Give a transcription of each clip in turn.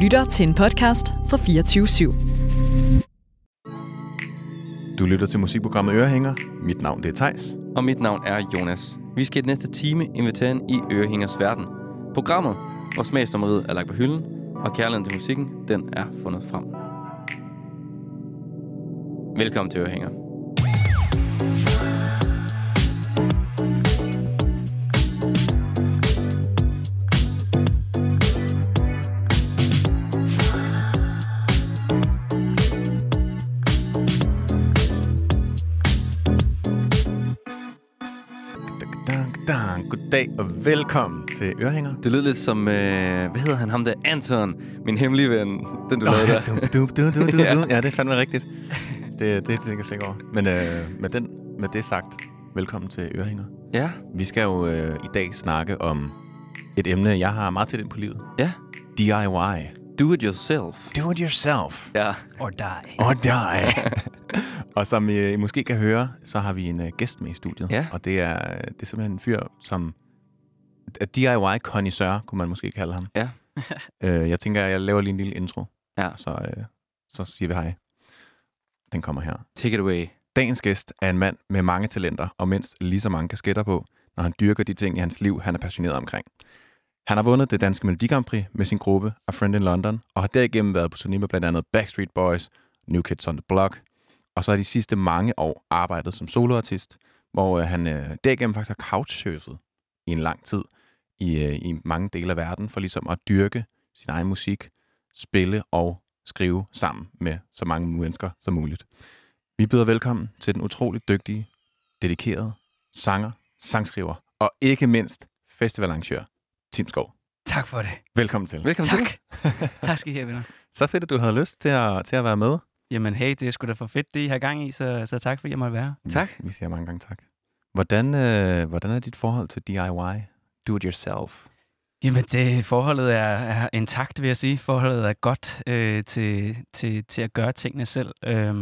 lytter til en podcast fra 24/7. Du lytter til musikprogrammet Ørehænger. Mit navn det er Theis. Og mit navn er Jonas. Vi skal i den næste time invitere ind i Ørehængers verden. Programmet, hvor smagsdommeriet er lagt på hylden, og kærligheden til musikken, den er fundet frem. Velkommen til Ørehænger. Goddag og velkommen til Ørehænger. Det lyder lidt som, hvad hedder han, ham der, Anton, min hemmelige ven, den du lavede der. Ja, det er fandme rigtigt. Det tænker jeg slet ikke over. Men med det sagt, velkommen til Ørehænger. Ja. Vi skal jo i dag snakke om et emne, jeg har meget tæt ind på livet. Ja. DIY. Do it yourself. Do it yourself. Ja. Or die. Or die. Og som I måske kan høre, så har vi en gæst med i studiet. Ja. Og det er simpelthen en fyr, som er DIY-connoisseur, kunne man måske kalde ham. Ja. Jeg tænker, jeg laver lige en lille intro. Ja. Så siger vi hej. Den kommer her. Take it away. Dagens gæst er en mand med mange talenter, og mindst lige så mange kasketter på, når han dyrker de ting i hans liv, han er passioneret omkring. Han har vundet det danske Melodi Grand Prix med sin gruppe A Friend in London, og har derigennem været på turné med blandt andet Backstreet Boys, New Kids on the Block, og så har de sidste mange år arbejdet som soloartist, hvor han derigennem faktisk har couchsurfet i en lang tid i mange dele af verden, for ligesom at dyrke sin egen musik, spille og skrive sammen med så mange mennesker som muligt. Vi byder velkommen til den utroligt dygtige, dedikerede sanger, sangskriver og ikke mindst festivalarrangør, Tim Skov. Tak for det. Velkommen til. Velkommen Tak. Tak skal I have, venner. Så fedt, at du havde lyst til at være med. Jamen hey, det er sgu da for fedt, det I har gang i, så tak fordi jeg måtte være. Tak. Vi siger mange gange tak. Hvordan er dit forhold til DIY? Do it yourself. Jamen forholdet er intakt, vil jeg sige. Forholdet er godt til at gøre tingene selv.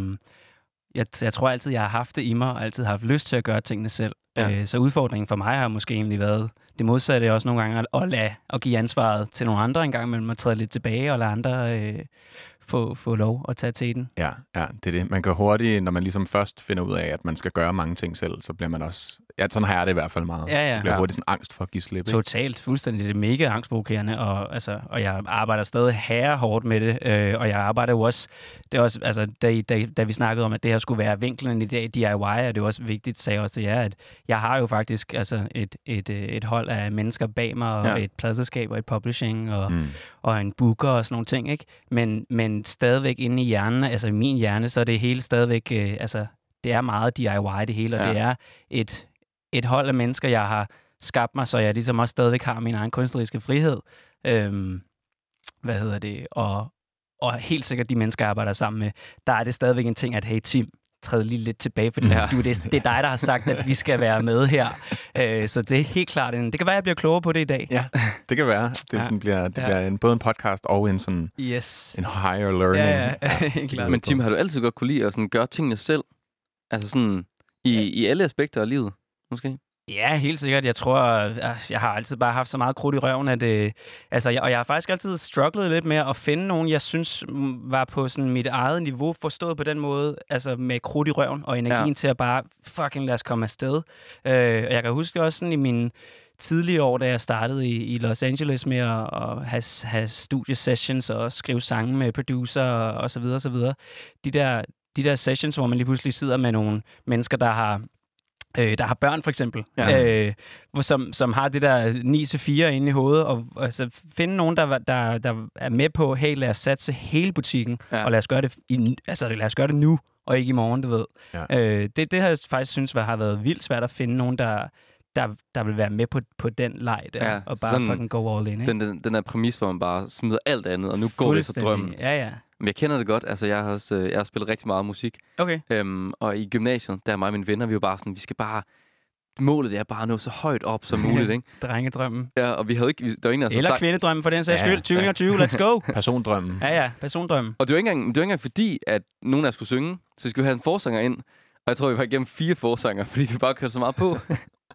Jeg tror altid, jeg har haft det i mig, og altid haft lyst til at gøre tingene selv. Ja. Så udfordringen for mig har måske egentlig været det modsatte også nogle gange, at give ansvaret til nogle andre en gang imellem, at træde lidt tilbage og lade andre få lov at tage til den. Ja, det er det. Man kan hurtigt, når man ligesom først finder ud af, at man skal gøre mange ting selv, så bliver man også... Ja, sådan har jeg det i hvert fald meget. Ja. Så bliver hurtigt sådan angst for at give slip. Ikke? Totalt, fuldstændig. Det er mega angstprovokerende, og jeg arbejder stadig herrehårdt med det, og jeg arbejder jo også... Det er også, altså, da vi snakkede om, at det her skulle være vinklen i dag, DIY, er det jo også vigtigt, sagde jeg også til jer, at jeg har jo faktisk altså, et hold af mennesker bag mig, og et pladselskab, og et publishing, og en booker, og sådan nogle ting, ikke? Men stadigvæk inde i hjernen, altså i min hjerne, så er det hele stadigvæk, det er meget DIY det hele, og det er et hold af mennesker, jeg har skabt mig, så jeg ligesom også stadigvæk har min egen kunstneriske frihed. Og helt sikkert de mennesker, jeg arbejder sammen med, der er det stadigvæk en ting, at hey Tim, træd lige lidt tilbage, fordi det er dig, der har sagt, at vi skal være med her. Så det er helt klart, det kan være, at jeg bliver klogere på det i dag. Ja, det kan være. Det sådan bliver både en podcast og en sådan en higher learning. Ja, helt klart. Men Tim, har du altid godt kunne lide at sådan gøre tingene selv? Altså sådan i alle aspekter af livet, måske? Ja, helt sikkert. Jeg tror, jeg har altid bare haft så meget krudt i røven, at jeg har faktisk altid strugglet lidt med at finde nogen, jeg synes var på sådan mit eget niveau, forstået på den måde, altså med krudt i røven og energien til at bare fucking lade os komme afsted. Og jeg kan huske også sådan i mine tidlige år, da jeg startede i Los Angeles med at have studiesessions og skrive sange med producer og så videre, og så videre. De der sessions, hvor man lige pludselig sidder med nogle mennesker, der har børn, for eksempel, som har det der 9-4 inde i hovedet, og altså, finde nogen, der er med på, hey, lad os satse hele butikken, og lad os gøre det nu, og ikke i morgen, du ved. Ja. Det har jeg faktisk synes har været vildt svært at finde nogen, der vil være med på den leg der, og bare fucking go all in, ikke? Den der præmis, hvor man bare smider alt andet, og nu går det efter drømmen. Ja. Men jeg kender det godt. Altså, jeg har spillet rigtig meget musik. Okay. Og i gymnasiet, der er mig og mine venner, vi var bare sådan, vi skal bare... Målet er bare at nå så højt op som muligt, ikke? Drengedrømmen. Ja, og vi havde ikke... Der var ingen, eller kvindedrømmen, for den sags skyld. 2020, let's go! Persondrømmen. Ja, persondrømmen. Og det var ikke engang fordi, at nogen af os skulle synge, så vi skulle have en forsanger ind. Og jeg tror, vi var igennem 4 forsanger, fordi vi bare kørte så meget på.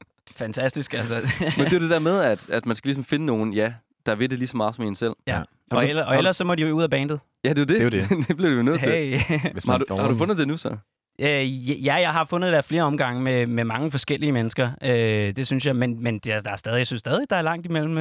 Fantastisk, altså. Men det er det der med, at man skal ligesom finde nogen, der ved det lige så meget som en selv. Ja. Og ellers så må de jo ud af bandet. Ja, det er det. Det er jo det. Det bliver du jo nødt til. Hey. Hvis Har man du fundet det nu så? Ja, jeg har fundet det af flere omgange med mange forskellige mennesker. Det synes jeg, men der er stadig, jeg synes stadig, der er langt imellem,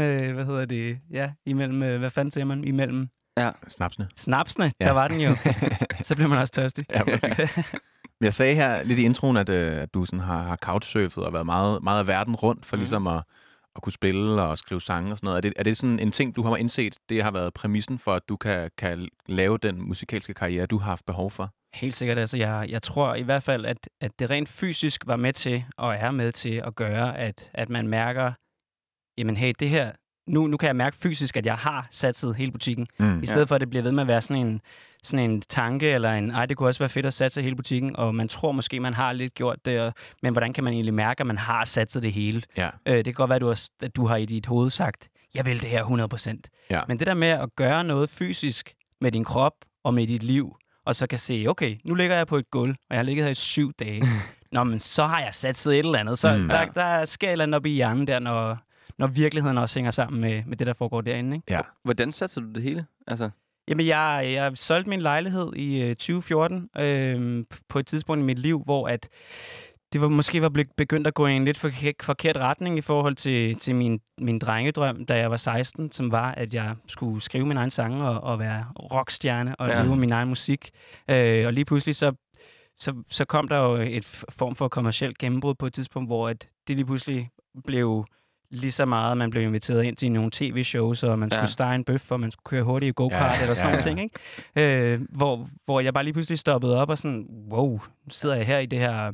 hvad fanden siger man? Imellem snapsene, Ja. der var den jo. Så bliver man også tørstig. Ja, præcis. Jeg sagde her lidt i introen, at du sådan har couchsurfet og været meget af verden rundt for ligesom at kunne spille og skrive sange og sådan noget. Er det sådan en ting, du har indset, det har været præmissen for, at du kan lave den musikalske karriere, du har haft behov for? Helt sikkert. Altså, jeg tror i hvert fald, at det rent fysisk var med til, og er med til at gøre, at man mærker, jamen hey, det her, nu kan jeg mærke fysisk, at jeg har satset hele butikken. I stedet for, at det bliver ved med at være sådan en tanke, eller det kunne også være fedt at satse hele butikken, og man tror måske, man har lidt gjort det, men hvordan kan man egentlig mærke, at man har satset det hele? Ja. Det kan godt være, at du har i dit hoved sagt, jeg vil det her 100%. Ja. Men det der med at gøre noget fysisk med din krop og med dit liv, og så kan se, okay, nu ligger jeg på et gulv, og jeg har ligget her i 7 dage. Nå, men så har jeg satset et eller andet. Så der sker et eller andet op i hjernen der, når virkeligheden også hænger sammen med det, der foregår derinde. Ikke? Ja. Hvordan satser du det hele? Altså... Jamen, jeg solgte min lejlighed i 2014 på et tidspunkt i mit liv, hvor at det måske var begyndt at gå i en lidt forkert retning i forhold til min drengedrøm, da jeg var 16, som var, at jeg skulle skrive min egen sange og være rockstjerne og leve min egen musik. Og lige pludselig så kom der jo et form for kommercielt gennembrud på et tidspunkt, hvor at det lige pludselig blev lige så meget, man blev inviteret ind til nogle tv-shows, og man skulle stege en bøf, og man skulle køre hurtigt i go-kart, eller sådan nogle ting, ikke? Hvor jeg bare lige pludselig stoppede op og sådan, wow, nu sidder jeg her i det her...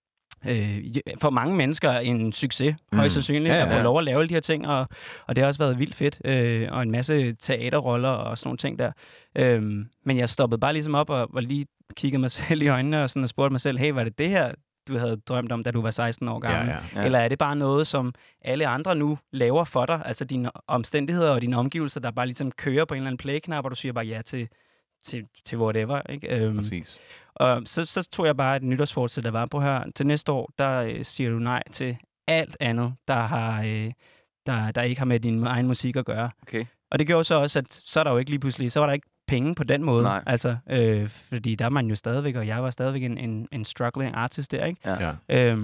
for mange mennesker en succes, højst sandsynligt, at få lov at lave alle de her ting, og det har også været vildt fedt, og en masse teaterroller og sådan nogle ting der. Men jeg stoppede bare ligesom op og lige kiggede mig selv i øjnene og spurgte mig selv, hey, var det her, du havde drømt om, da du var 16 år gammel? Ja. Eller er det bare noget, som alle andre nu laver for dig? Altså dine omstændigheder og dine omgivelser, der bare ligesom kører på en eller anden play-knap, og du siger bare ja til whatever, ikke? Præcis. Og så tog jeg bare et nytårsforsæt, der var på her. Til næste år, der siger du nej til alt andet, der ikke har med din egen musik at gøre. Okay. Og det gjorde så også, at så er der jo ikke lige pludselig, så var der ikke penge på den måde. Nej. Altså, fordi der er man jo stadigvæk, og jeg var stadigvæk en struggling artist der, ikke? Ja.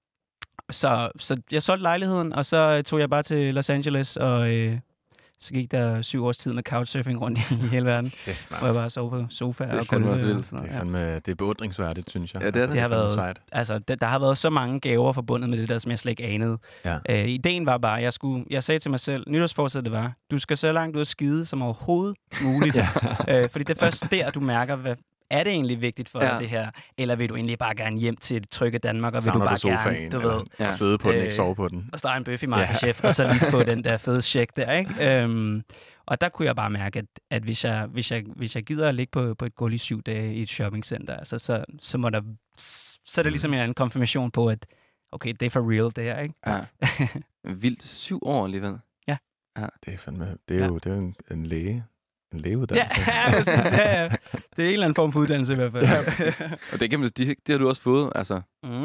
Så jeg solgte lejligheden, og så tog jeg bare til Los Angeles, og så gik der 7 års tid med couchsurfing rundt i hele verden, hvor jeg bare sov på sofaer og gulve. Det er beundringsværdigt, synes jeg. Ja, det har været. Altså, der har været så mange gaver forbundet med det der, som jeg slet ikke anede. Ja. Ideen var bare, jeg sagde til mig selv, nytårsforsættet var, du skal så langt ud at skide som overhovedet muligt. Fordi det er først der, du mærker, hvad er det egentlig vigtigt for dig, det her? Eller vil du egentlig bare gerne hjem til et trygge Danmark, og vil du bare sofaen, gerne, sidde på den, ikke sove på den? Og stege en bøf i Masterchef, og så lige få den der fede check der, ikke? Og der kunne jeg bare mærke, at hvis jeg gider at ligge på et gulv i 7 dage i et shoppingcenter, altså, så er det ligesom en anden konfirmation på, at okay, det er for real, det her, ikke? Ja. Vildt 7 år alligevel. Ja. Det er fandme, det er jo en læge. En lægeuddannelse. Ja, præcis. Ja. Det er en eller anden form for uddannelse i hvert fald. Ja, og det har du også fået, altså.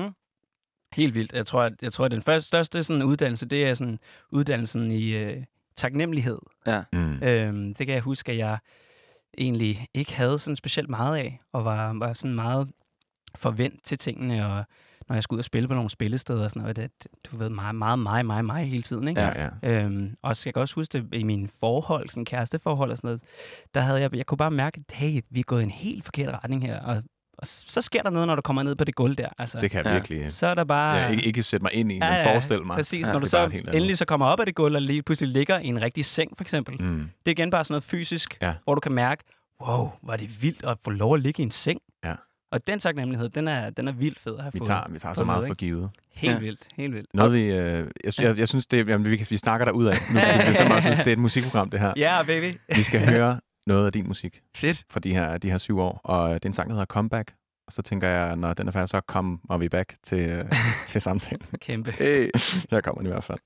Helt vildt. Jeg tror at den største sådan uddannelse, det er sådan uddannelsen i taknemmelighed. Ja. Det kan jeg huske, at jeg egentlig ikke havde sådan specielt meget af, og var sådan meget forvent til tingene, og når jeg skulle ud og spille på nogle spillesteder og sådan noget, det, du ved, meget mig hele tiden, ikke? Ja. Og så jeg kan også huske det i mine forhold, sådan kæresteforhold og sådan noget, der havde jeg kunne bare mærke, at hey, vi er gået i en helt forkert retning her, og så sker der noget, når du kommer ned på det gulv der. Altså, det kan jeg virkelig. Så er der bare... Ja, ikke sætte mig ind i, men forestille mig. Præcis. Når du så endelig så kommer op af det gulv, og lige pludselig ligger i en rigtig seng, for eksempel. Det er igen bare sådan noget fysisk, hvor du kan mærke, wow, var det vildt at få lov at ligge i en seng. Ja. Og den taknemmelighed, den er vildt fed at have fået. Vi tager så meget for givet. Helt vildt. Noget jeg synes, vi snakker der ud af. Nu vi så meget synes, det er et musikprogram, det her. Ja, baby. Vi skal høre noget af din musik. Fedt. For de her 7 år. Og det er en sang, der hedder Comeback. Og så tænker jeg, når den er færdig, så kommer vi back til samtalen. Kæmpe. Hey. Her kommer den i hvert fald.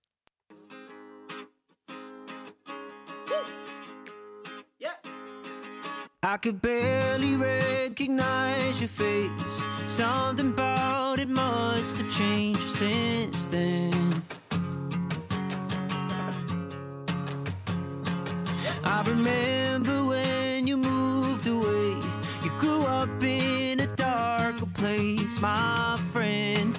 I could barely recognize your face. Something about it must have changed since then. I remember when you moved away. You grew up in a darker place, my friend.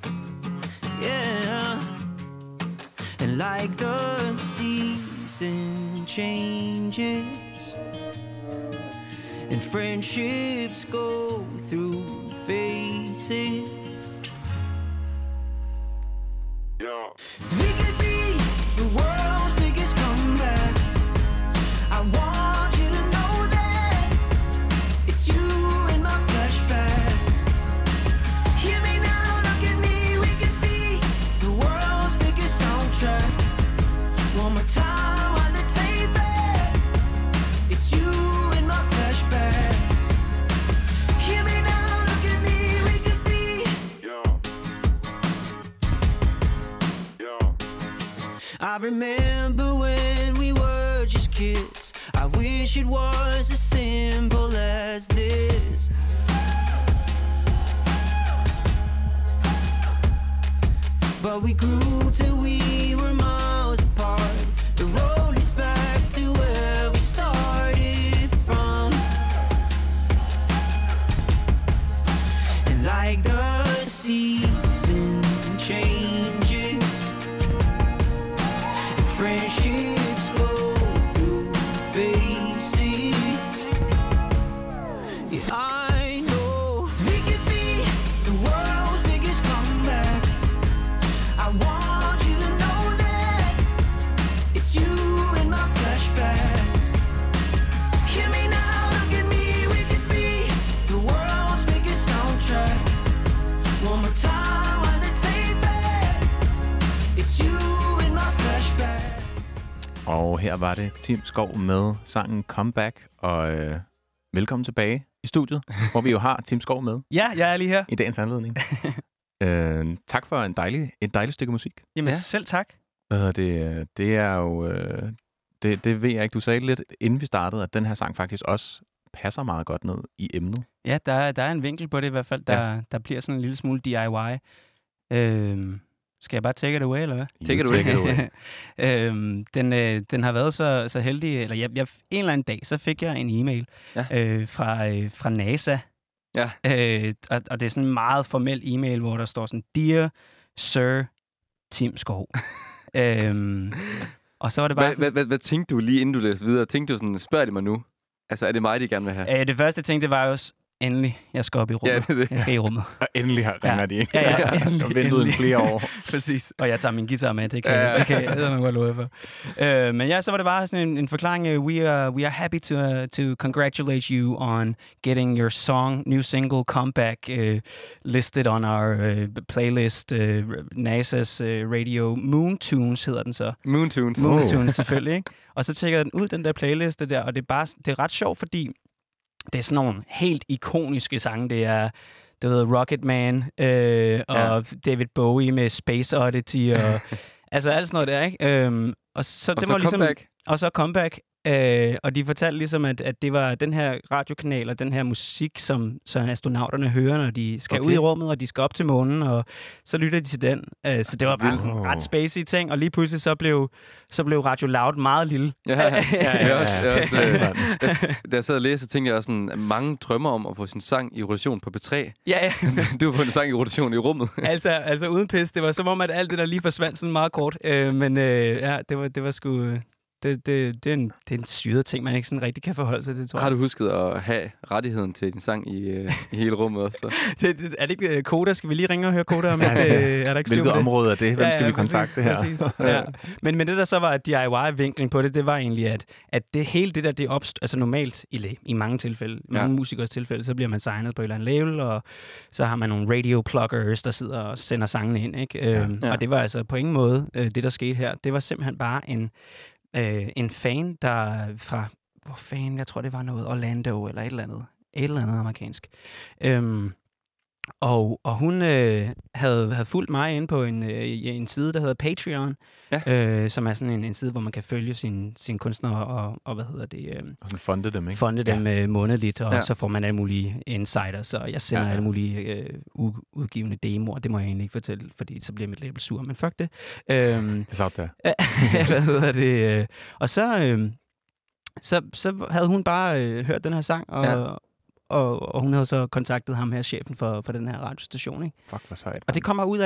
Yeah. And like the season changes and friendships go through phases, we could be the world's biggest comeback. I want you to know that it's you in my flashbacks. Hear me now, look at me. We could be the world's biggest soundtrack. One more time on the tape back. It's you in my flashbacks. Hear me now, look at me. We could be. I remember when we were just kids. I wish it was as simple as this. But we grew till we were miles apart. The road leads back to where we started from. And like the season changes, friendships go through phases. Yeah, I know we could be the world's biggest comeback. I want you to know that it's you in my flashbacks. Hear me now, look at me. We could be the world's biggest soundtrack. One more time on the tape back. It's you in my flashbacks. Og her var det Tim Skov med sangen Comeback, og velkommen tilbage i studiet, hvor vi jo har Tim Skov med Ja, jeg er lige her. i dagens anledning. Tak for et dejligt stykke musik. Jamen, Ja. selv tak. Hvad hedder det? Det er jo... Det ved jeg ikke. Du sagde lidt, inden vi startede, at den her sang faktisk også passer meget godt ned i emnet. Ja, der er en vinkel på det i hvert fald. Der bliver sådan en lille smule DIY. Skal jeg bare take it away, eller hvad? Take it away. Den har været så heldig, eller en eller anden dag, så fik jeg en e-mail fra NASA. Ja. Og det er sådan en meget formel e-mail, hvor der står sådan, Dear Sir Tim Skov. Og så var det bare... Hvad tænkte du lige inden du læste videre? Tænkte du sådan, spørger de mig nu? Altså, er det mig, de gerne vil have? Det første, jeg tænkte, var jo, endelig, jeg skal op i rummet. Ja, det er det. Jeg skal i rummet. Og endelig ringer de, ikke? Ja, endelig, og ventet i flere år. Præcis. Og jeg tager min guitar med, det kan jeg godt love for. Men ja, så var det bare sådan en forklaring. We are happy to congratulate you on getting your new single Comeback listed on our playlist. NASA's radio Moon Tunes hedder den så. Moon Tunes. Moon Tunes selvfølgelig, ikke? Og så tjekker jeg den ud, den der playliste der, og det er ret sjovt, fordi det er sådan nogle helt ikoniske sange. Det er, du ved, Rocket Man og David Bowie med Space Oddity og altså alt sådan noget der, ikke? Og så det var ligesom Comeback. Og så Comeback. Og de fortalte ligesom, at det var den her radiokanal og den her musik, som astronauterne hører, når de skal ud i rummet, og de skal op til månen, og så lytter de til den. Så det var bare sådan en ret spacey ting, og lige pludselig så blev Radio Loud meget lille. Da jeg sad og læste, så tænkte jeg også sådan, at mange drømmer om at få sin sang i rotation på P3. Ja. Du har fået en sang i rotation i rummet. altså uden pis. Det var som om, at alt det der lige forsvandt sådan meget kort. Det var sgu... Det er en syret ting, man ikke sådan rigtig kan forholde sig til, tror jeg. Har du husket at have rettigheden til din sang i hele rummet også? Er det ikke Koda? Skal vi lige ringe og høre Koda om? Er der ikke Hvilket område er det? Hvem skal vi kontakte her? Præcis. Ja. Men det der så var DIY-vinklen på det var egentlig, at det hele det der, det opstår, altså normalt i mange tilfælde, mange musikers tilfælde, så bliver man signet på et eller andet label, og så har man nogle radio-pluggers, der sidder og sender sangene ind, ikke? Og det var altså på ingen måde det, der skete her. Det var simpelthen bare en fan, der fra... Hvor fanden? Jeg tror, det var noget Orlando eller et eller andet amerikansk. Og hun havde fulgt mig ind på en side, der hedder Patreon, som er sådan en side, hvor man kan følge sine kunstnere og hvad hedder det? Og fonde dem, ikke? Fonde dem månedligt, og så får man alle mulige insiders, og jeg sender alle mulige udgivende demoer. Det må jeg egentlig ikke fortælle, fordi så bliver mit label sur, men fuck det. It's out there. Hvad hedder det? Og så... så havde hun bare hørt den her sang, og hun havde så kontaktet ham her, chefen for den her radiostation, ikke? Fuck, hvor sejt. Og det kommer ud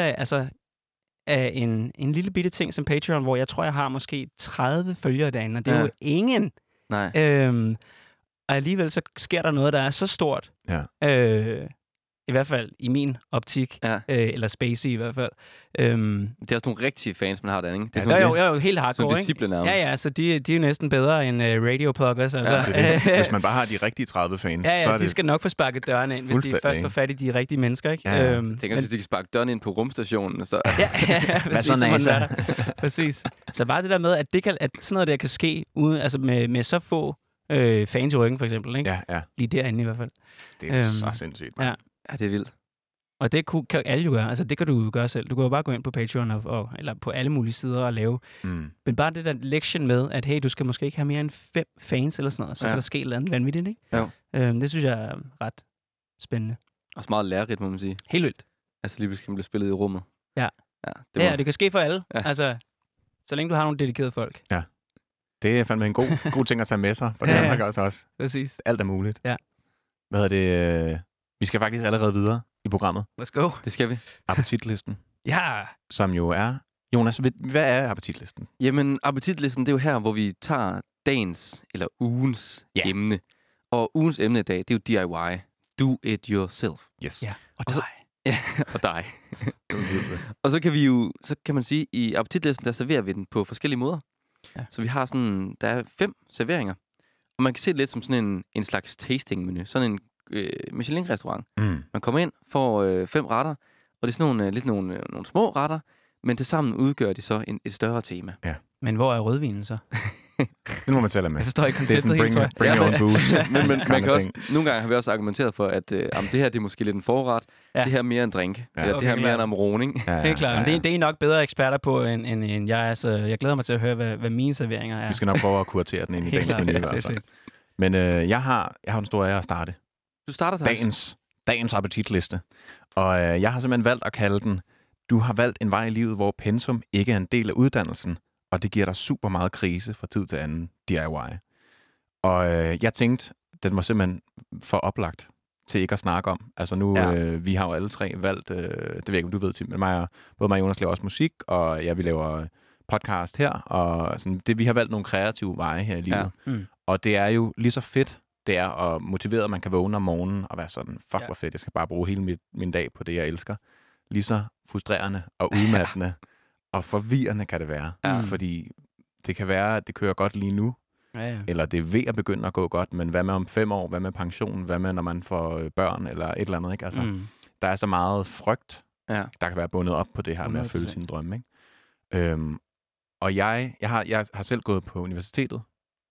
af en lille bitte ting som Patreon, hvor jeg tror, jeg har måske 30 følgere derinde, og det er jo ingen. Nej. Og alligevel så sker der noget, der er så stort. Ja. I hvert fald i min optik, eller Spacey i hvert fald. Det er også nogle rigtige fans, man har der, ikke? Det er jo helt hardcore, ikke? Som disciple nærmest. Ja, så de er jo næsten bedre end radio pluggers. Altså. Ja, det. Hvis man bare har de rigtige 30 fans, så er de skal nok få sparket dørene ind, hvis de først får fat i de rigtige mennesker, ikke? Ja. Tænk, hvis de kan sparke dørene ind på rumstationen, så... præcis. Præcis. Så bare det der med, at, at sådan noget der kan ske, uden, altså med så få fans i ryggen, for eksempel, ikke? Ja. Lige derinde i hvert fald. Det er så sindssygt, man. Ja, det er vildt. Og det kan alle jo gøre. Altså, det kan du jo gøre selv. Du kan jo bare gå ind på Patreon eller på alle mulige sider og lave. Men bare det der lektion med, at hey, du skal måske ikke have mere end 5 fans eller sådan noget, så kan der ske et eller andet vanvittigt, ikke? Jo. Det synes jeg er ret spændende. Også meget lærerigt, må man sige. Helt vildt. Altså lige pludselig kan man blive spillet i rummet. Ja. Det kan ske for alle. Ja. Altså, så længe du har nogle dedikerede folk. Ja. Det er fandme en god ting at tage med sig, for det er også. Præcis. Alt er muligt. Ja. Hvad er det? Vi skal faktisk allerede videre i programmet. Let's go. Det skal vi. Appetitlisten. Ja. Som jo er... Jonas, hvad er appetitlisten? Jamen, appetitlisten, det er jo her, hvor vi tager dagens eller ugens emne. Og ugens emne i dag, det er jo DIY. Do it yourself. Yes. Ja, og dig. Ja, og dig. Og så kan vi jo, så kan man sige, i appetitlisten, der serverer vi den på forskellige måder. Ja. Så vi har sådan, der er 5 serveringer. Og man kan se det lidt som sådan en slags tasting-menu. Sådan en Michelin-restaurant. Man kommer ind, får 5 retter, og det er sådan nogle små retter, men tilsammen udgør de så et større tema. Ja. Men hvor er rødvinen så? Det må man tælle med. Jeg forstår ikke konceptet helt, tror jeg. Bring your own booze. men man kan også, nogle gange har vi også argumenteret for, at det her det er måske lidt en forret, det her er mere en drink, eller det her er mere en amroning. Helt klart. Det er I nok bedre eksperter på, end jeg er, så jeg glæder mig til at høre, hvad mine serveringer er. Vi skal nok prøve at kuratere den ind i dagens menu i hvert fald. Men jeg har den store ære at starte. Du starter, dagens appetitliste. Og jeg har simpelthen valgt at kalde den, du har valgt en vej i livet, hvor pensum ikke er en del af uddannelsen, og det giver dig super meget krise fra tid til anden, DIY. Og jeg tænkte, den var simpelthen for oplagt til ikke at snakke om. Altså nu, vi har jo alle 3 valgt, det ved jeg ikke, om du ved, Tim, men både mig og Jonas laver også musik, og vi laver podcast her, og sådan, vi har valgt nogle kreative veje her i livet. Ja. Og det er jo lige så fedt, det er at motivere, at man kan vågne om morgenen og være sådan, fuck hvor fedt, jeg skal bare bruge hele min dag på det, jeg elsker. Lige så frustrerende og udmattende og forvirrende kan det være. Fordi det kan være, at det kører godt lige nu, eller det er ved at begynde at gå godt, men hvad med om 5 år, hvad med pension, hvad med når man får børn, eller et eller andet, ikke? Altså, der er så meget frygt, der kan være bundet op på det her 100%. Med at følge sine drømme, ikke? Og jeg har selv gået på universitetet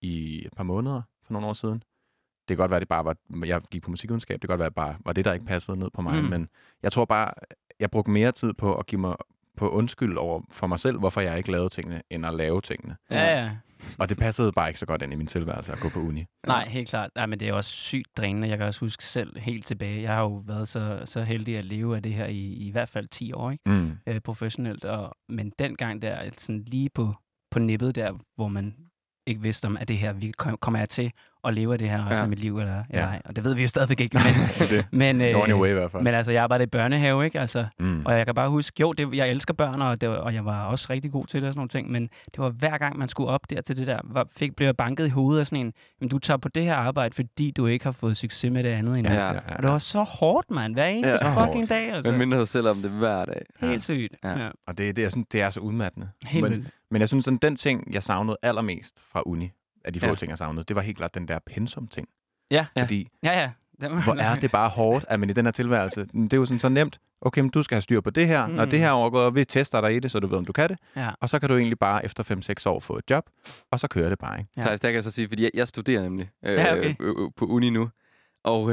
i et par måneder for nogle år siden. Det kan godt være, at det bare var, jeg gik på musikvidenskab, det kan godt være, at det bare var det, der ikke passede ned på mig, men jeg tror bare, jeg brugte mere tid på at give mig på undskyld over for mig selv, hvorfor jeg ikke lavede tingene, end at lave tingene. Ja. Og det passede bare ikke så godt ind i min tilværelse at gå på uni. Nej, helt klart. Nej, men det er også sygt drænende. Jeg kan også huske selv helt tilbage. Jeg har jo været så heldig at leve af det her i hvert fald 10 år, ikke? Professionelt. Men dengang der, sådan lige på nippet der, hvor man ikke vidste om, at det her, vi kommer jeg til at leve af det her resten af mit liv, eller ej. Og det ved vi jo stadigvæk ikke. Men altså, jeg arbejdede i børnehave, ikke? Altså, og jeg kan bare huske, jeg elsker børn, og jeg var også rigtig god til det og sådan nogle ting, men det var hver gang, man skulle op der til det der, blev jeg banket i hovedet af sådan en, men du tager på det her arbejde, fordi du ikke har fået succes med det andet endnu. Og det var så hårdt, mand. Hver eneste fucking dag, altså. Man minder sig selv om det hver dag. Helt sygt. Ja. Og det er så udmattende. Helt vildt. Men jeg synes, at den ting, jeg savnede allermest fra uni, af de få ting, jeg savnede, det var helt klart den der pensum-ting. Ja. Fordi, hvor er det bare hårdt, at man i den her tilværelse, det er jo sådan så nemt, okay, men du skal have styr på det her, når det her overgår, og vi tester dig i det, så du ved, om du kan det, og så kan du egentlig bare efter 5-6 år få et job, og så kører det bare, ikke? Så jeg kan så sige, fordi jeg studerer nemlig på uni nu, og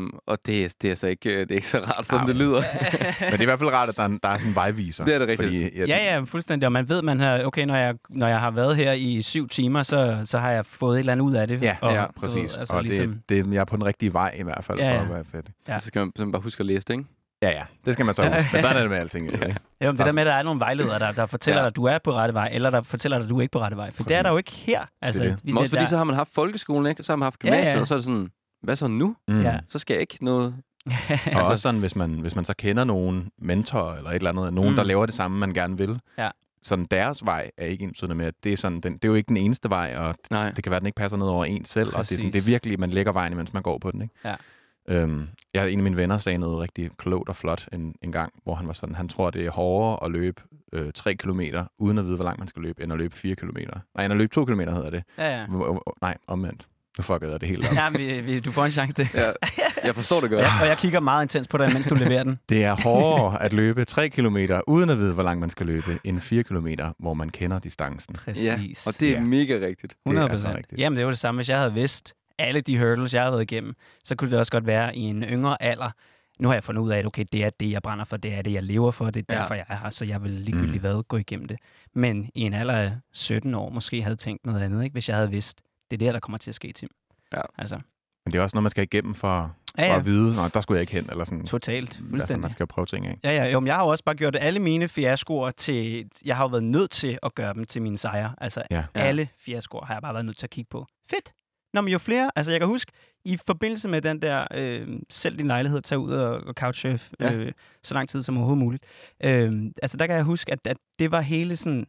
det er så ikke, det er ikke så rart, som det lyder. Men det er i hvert fald rart, at der er sådan en vejviser. Det er det rigtigt. Fordi, ja, fuldstændig. Og man ved, okay, når jeg har været her i 7 timer, så har jeg fået et eller andet ud af det. Ja, præcis. Altså, og ligesom jeg er på den rigtige vej i hvert fald, for at være fedt. Ja. Så skal man bare huske at læse det, ikke? Ja, det skal man så huske. Men sådan er det med alting. Okay? Jo, men det der med, at der er nogle vejledere, der fortæller dig, at du er på rette vej, eller der fortæller dig, at du er ikke på rette vej. For det er der jo ikke her. Altså, Det er det. Men også fordi, så har man haft folkeskolen, ikke? Så har man haft gymnasiet, og så er det sådan, hvad så nu? Ja. Så skal jeg ikke noget... Og også sådan, hvis man så kender nogen mentor eller et eller andet, nogen, der laver det samme, man gerne vil, sådan deres vej er ikke ensbetydende med, at det er, sådan, det er jo ikke den eneste vej, og det kan være, at den ikke passer ned over en selv, og det er virkelig, man lægger vejen, mens man går på den. Ikke? Ja. En af mine venner sagde noget rigtig klogt og flot en gang, hvor han var sådan, han tror, det er hårdere at løbe 3 kilometer, uden at vide, hvor langt man skal løbe, end at løbe 4 kilometer. Nej, end at løbe 2 kilometer hedder det. Ja. Nej, omvendt. Nu fuckede jeg det helt op. Ja, du får en chance til. Ja, jeg forstår det godt. Og jeg kigger meget intens på dig, mens du leverer den. Det er hårdere at løbe 3 kilometer, uden at vide, hvor langt man skal løbe, end 4 kilometer, hvor man kender distancen. Præcis. Ja, og det er mega rigtigt. 100%. Det er altså rigtigt. Jamen, det var det samme. Hvis jeg havde vidst alle de hurdles, jeg havde været igennem, så kunne det også godt være i en yngre alder. Nu har jeg fundet ud af, at okay, det er det, jeg brænder for, det er det, jeg lever for, det er derfor, jeg er her, så jeg vil ligegyldigt hvad gå igennem det. Men i en alder af 17 år måske havde tænkt noget andet, ikke? Hvis jeg havde vidst, det er det, der kommer til at ske, Tim. Ja. Altså. Men det er også noget, man skal igennem for at vide, der skulle jeg ikke hen, eller sådan. Totalt, fuldstændig. Man skal prøve ting af. Ja, men jeg har jo også bare gjort alle mine fiaskoer til... Jeg har jo været nødt til at gøre dem til mine sejre. Altså, alle fiaskoer har jeg bare været nødt til at kigge på. Fedt! Nå, men jo flere... Altså, jeg kan huske, i forbindelse med den der selv din lejlighed, tage ud og couchsurf så lang tid som overhovedet muligt. Altså, der kan jeg huske, at det var hele sådan...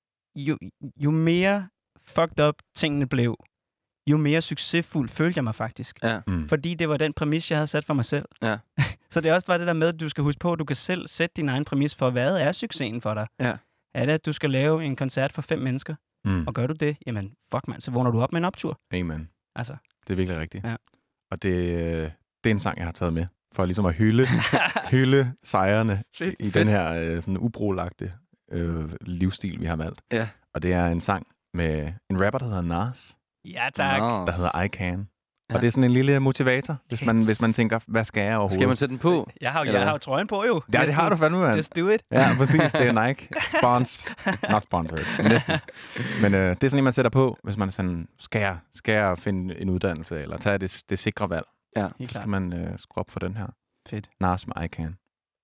Jo mere fucked up tingene blev, jo mere succesfuld følte jeg mig faktisk. Ja. Fordi det var den præmis, jeg havde sat for mig selv. Ja. Så det også var det der med, at du skal huske på, at du kan selv sætte din egen præmis for, hvad er succesen for dig? Ja. Er det, at du skal lave en koncert for 5 mennesker? Og gør du det, jamen fuck mand, så vågner du op med en optur. Amen. Altså. Det er virkelig rigtigt. Ja. Og det er en sang, jeg har taget med, for ligesom at hylde sejrene i den her sådan ubrolagte livsstil, vi har valgt. Ja. Og det er en sang med en rapper, der hedder Nas. Ja, tak. Der hedder I Can. Ja. Og det er sådan en lille motivator, hvis man tænker, hvad skal jeg overhovedet? Skal man sætte den på? Jeg har jo trøjen på, jo. Ja, det har du fandme, mand. Just do it. Ja, præcis. Det er Nike. Not sponsored. Næsten. Men det er sådan en, man sætter på, hvis man sådan, skal jeg finde en uddannelse, eller tage det sikre valg. Ja. Så skal man skrue op for den her. Fedt. Nas med I Can.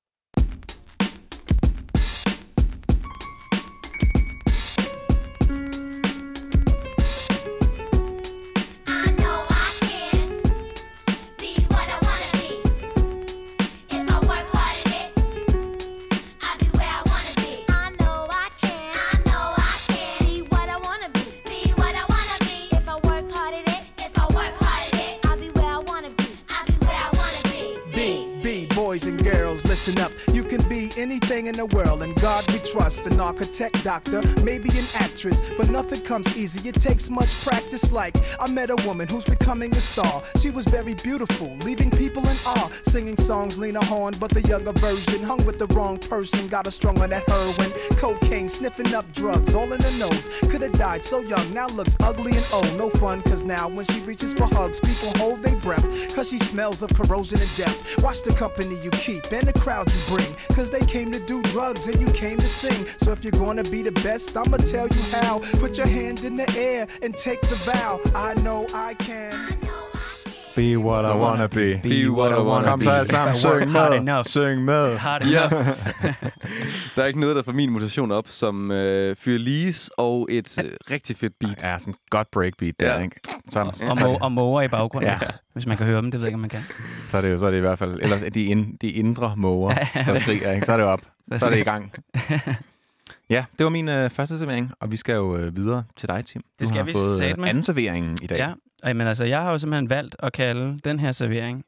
Listen up, you can be anything in the world, and God we trust. An architect, doctor, maybe an actress, but nothing comes easy, it takes much practice. Like, I met a woman who's becoming a star. She was very beautiful, leaving people in awe. Singing songs, Lena Horne, but the younger version. Hung with the wrong person, got her strung on that heroin. Cocaine, sniffing up drugs, all in the nose. Could've died so young, now looks ugly and old. No fun, cause now when she reaches for hugs, people hold their breath, cause she smells of corrosion and death. Watch the company you keep and the crowd you bring, cause they came to do drugs and you came to sing. So if you're gonna be the best, I'ma tell you how. Put your hand in the air and take the vow. I know I can. Be what I wanna be. Be what I wanna be. Kom så alle sammen, syng med. Ja. Der er ikke noget, der får min motivation op, som Fyre Lees og et rigtig fedt beat. Ja, sådan et godt breakbeat der, ikke? Og måger i baggrunden, hvis man kan høre dem, det ved jeg ikke, om man kan. Så er det i hvert fald, ellers de indre måger, så er det op. Så er det i gang. Ja, det var min første servering, og vi skal jo videre til dig, Tim. Det skal vi fået anden serveringen i dag. Ja, men altså, jeg har jo simpelthen valgt at kalde den her servering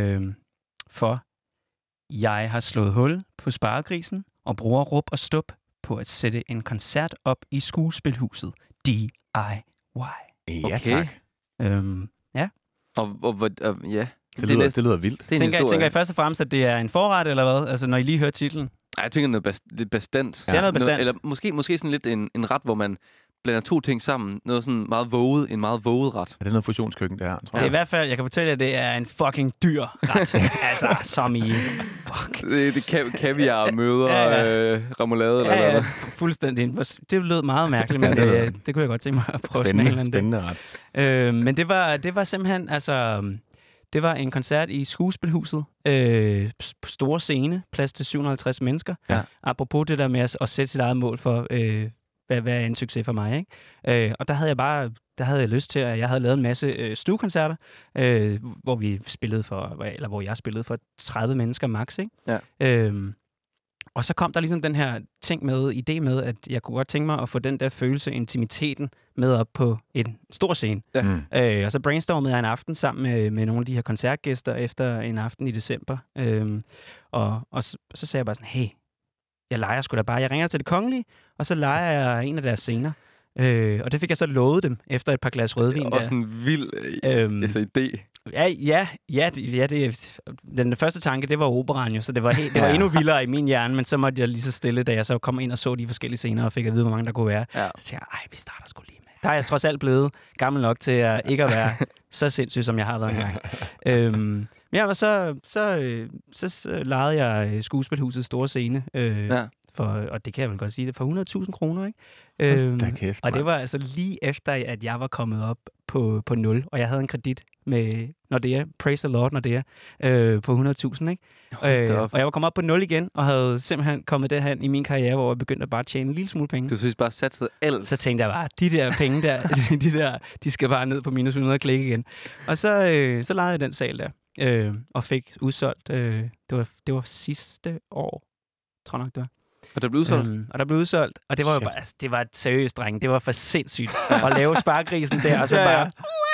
for jeg har slået hul på sparegrisen og bruger råb og stup på at sætte en koncert op i skuespilhuset DIY. Ja, tak. Ja. Ja. Det lyder vildt. Tænker I først og fremmest, at det er en forret, eller hvad? Altså, når I lige hører titlen? Nej, jeg tænker noget bastant. Ja. Det er noget bastant. Eller måske sådan lidt en ret, hvor man blander 2 ting sammen. Noget sådan meget våget, en meget våget ret. Er det noget fusionskøkken, det her, tror jeg? I hvert fald, jeg kan fortælle jer, at det er en fucking dyr ret. Altså, som i... Fuck. Det kaviar møder remoulade eller hvad? Fuldstændig. Det lød meget mærkeligt, men det kunne jeg godt tænke mig at prøve. Spændende ret. Men det var simpelthen, altså... Det var en koncert i Skuespilhuset. Store scene, plads til 750 mennesker. Ja. Apropos det der med at sætte sit eget mål for, hvad er en succes for mig, ikke? Og der havde jeg lyst til, at jeg havde lavet en masse stuekoncerter, hvor jeg spillede for 30 mennesker max, ikke? Ja. Og så kom der ligesom den her idé med, at jeg kunne godt tænke mig at få den der følelse, intimiteten med op på en stor scene. Ja. Og så brainstormede jeg en aften sammen med nogle af de her koncertgæster efter en aften i december. Og så sagde jeg bare sådan, hey, jeg leger sgu da bare. Jeg ringer til Det Kongelige, og så leger jeg en af deres scener. Og det fik jeg så lovet dem efter et par glas rødvin. Det er også en vild idé. Den første tanke, det var operaen jo, så det var endnu vildere i min hjerne, men så måtte jeg lige så stille, da jeg så kom ind og så de forskellige scener og fik at vide, hvor mange der kunne være. Ja. Så tænkte jeg, vi starter sgu lige med. Der er jeg trods alt blevet gammel nok til at ikke at være så sindssyg, som jeg har været engang. Og så lejede jeg Skuespilhusets store scene. Og det kan jeg vel godt sige, det for 100.000 kroner, ikke? Kæft, og det var altså lige efter, at jeg var kommet op på 0, og jeg havde en kredit med Nordea, praise the Lord Nordea, på 100.000, ikke? Og jeg var kommet op på 0 igen, og havde simpelthen kommet derhen i min karriere, hvor jeg begyndte at bare tjene en lille smule penge. Du synes bare satsede alt. Så tænkte jeg bare, de der penge der, de skal bare ned på minus 100 og klikke igen. Og så lejede jeg den sal der, og fik udsolgt, det var sidste år, tror jeg nok det var. Og der blev udsolgt? Og der blev udsoldt, og det var jo bare, altså, det var et seriøst, dreng. Det var for sindssygt at lave sparkrisen der, og så bare...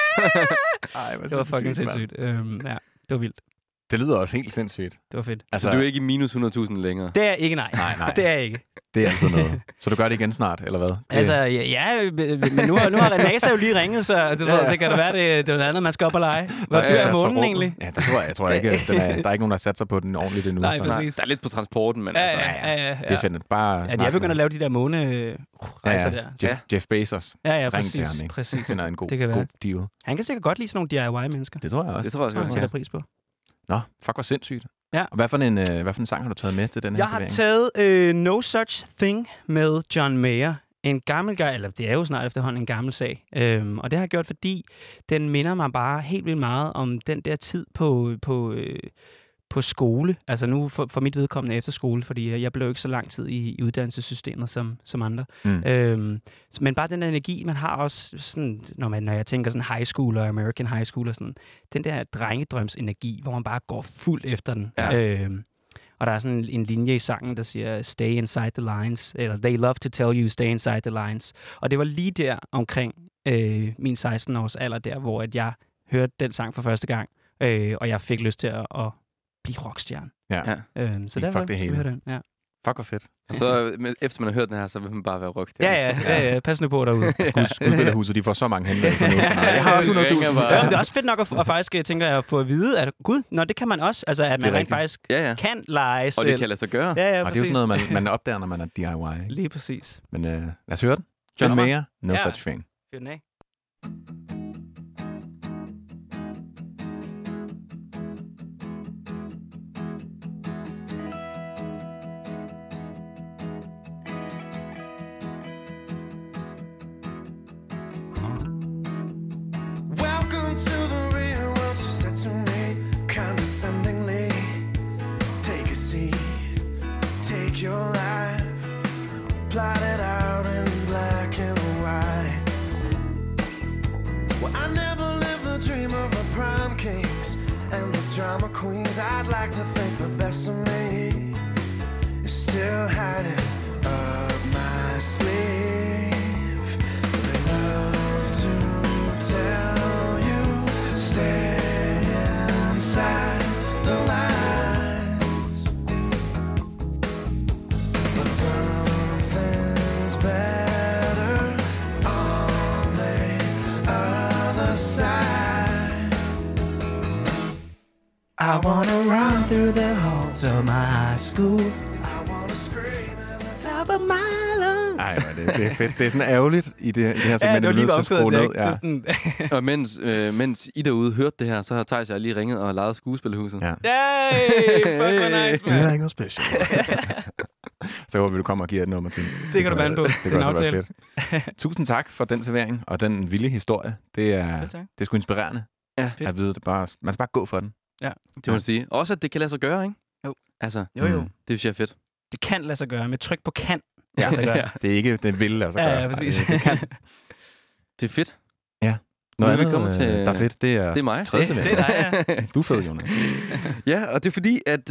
Ej, det var fucking sindssygt. Det var vildt. Det lyder også helt sindssygt. Det var fedt. Altså, du er ikke i minus 100.000 længere? Det er ikke, nej. Det er jeg ikke. Det er altid noget. Så du gør det igen snart, eller hvad? Altså, men nu har NASA jo lige ringet, så det kan da være, det er noget andet, man skal op og lege. Hvor dyr er månen egentlig? Ja, det tror jeg. tror ikke, der er ikke nogen, der har sat sig på den ordentligt endnu. Nej, præcis. Der er lidt på transporten, men altså... Ja. Det er fedt. Bare de er begyndt at lave de der månerejser der. Jeff Bezos. Ja, præcis. Han er en god deal. Han kan sikkert godt lide sådan nogle DIY-mennesker. Det tror jeg også. Det tror jeg også. Han sætter pris på. Nå, fuck, hvor sindssygt. Ja. Og hvad for en sang har du taget med til den her servering? Jeg har taget No Such Thing med John Mayer. En gammel eller det er jo snart efterhånden en gammel sag. Og det har jeg gjort, fordi den minder mig bare helt vildt meget om den der tid på skole. Altså nu for mit vedkommende efter skole, fordi jeg blev ikke så lang tid i uddannelsessystemet som andre. Men bare den der energi, man har også sådan, når jeg tænker sådan high school og American high school og sådan, den der drengedrømsenergi, hvor man bare går fuldt efter den. Ja. Og der er sådan en linje i sangen, der siger, stay inside the lines, eller they love to tell you, stay inside the lines. Og det var lige der omkring min 16-års alder der, hvor at jeg hørte den sang for første gang, og jeg fik lyst til at blive rockstjerne. Ja. Så der fuck det hele. Den. Ja. Fuck, hvor fedt. Og så efter man har hørt den her, så vil man bare være rockstjerne. Ja. Pas nu på derude. Skuespillerhuset, de får så mange henvendelser nu. Jeg har også 100.000. Ja, det er også fedt nok at faktisk, tænker jeg, at få at vide, at gud, det kan man også. Altså, at man rent faktisk kan lege selv. Og det kan lade sig gøre. Ja, og det er jo sådan noget, man opdager, når man er DIY. Ikke? Lige præcis. Men lad os høre den. John Mayer, No Such Thing. Fyr den af. Your life plotted out in black and white. Well, I never lived the dream of the prom kings and the drama queens. I'd like to think the best of me is still hiding up my sleeve. They love to tell you stay inside the light. I wanna run through the halls of my high school. I wanna scream at the top of my lungs. Ej, det er fedt. Det er sådan ærgerligt i det her segment. Ja, det var lige opført ned. Ja. Og mens I derude hørte det her, så har Thijs jeg lige ringet og lejet Skuespillerhuset. Ja. Yay! Fuck, hvor nice, man. Vi ringer special. Så håber vi, du kommer og giver et nummer til. Det kan du bande på. Det kan også være fedt. Tusind tak for den servering og den vilde historie. Det er sgu inspirerende. Ja. At vide, man skal bare gå for den. Det må man sige. Også, at det kan lade sig gøre, ikke? Jo. Altså, Jo. det synes jeg er fedt. Det kan lade sig gøre med tryk på kan. Ja, så gøre. Det er ikke, det vil altså gøre. Ja, præcis. Det kan. Det er fedt. Noget Nu er vi andet, kommet til- der er fedt, det er Det er mig. tredje servering. Det er dig, ja. Du er fed, Jonas. Ja, og det er fordi, at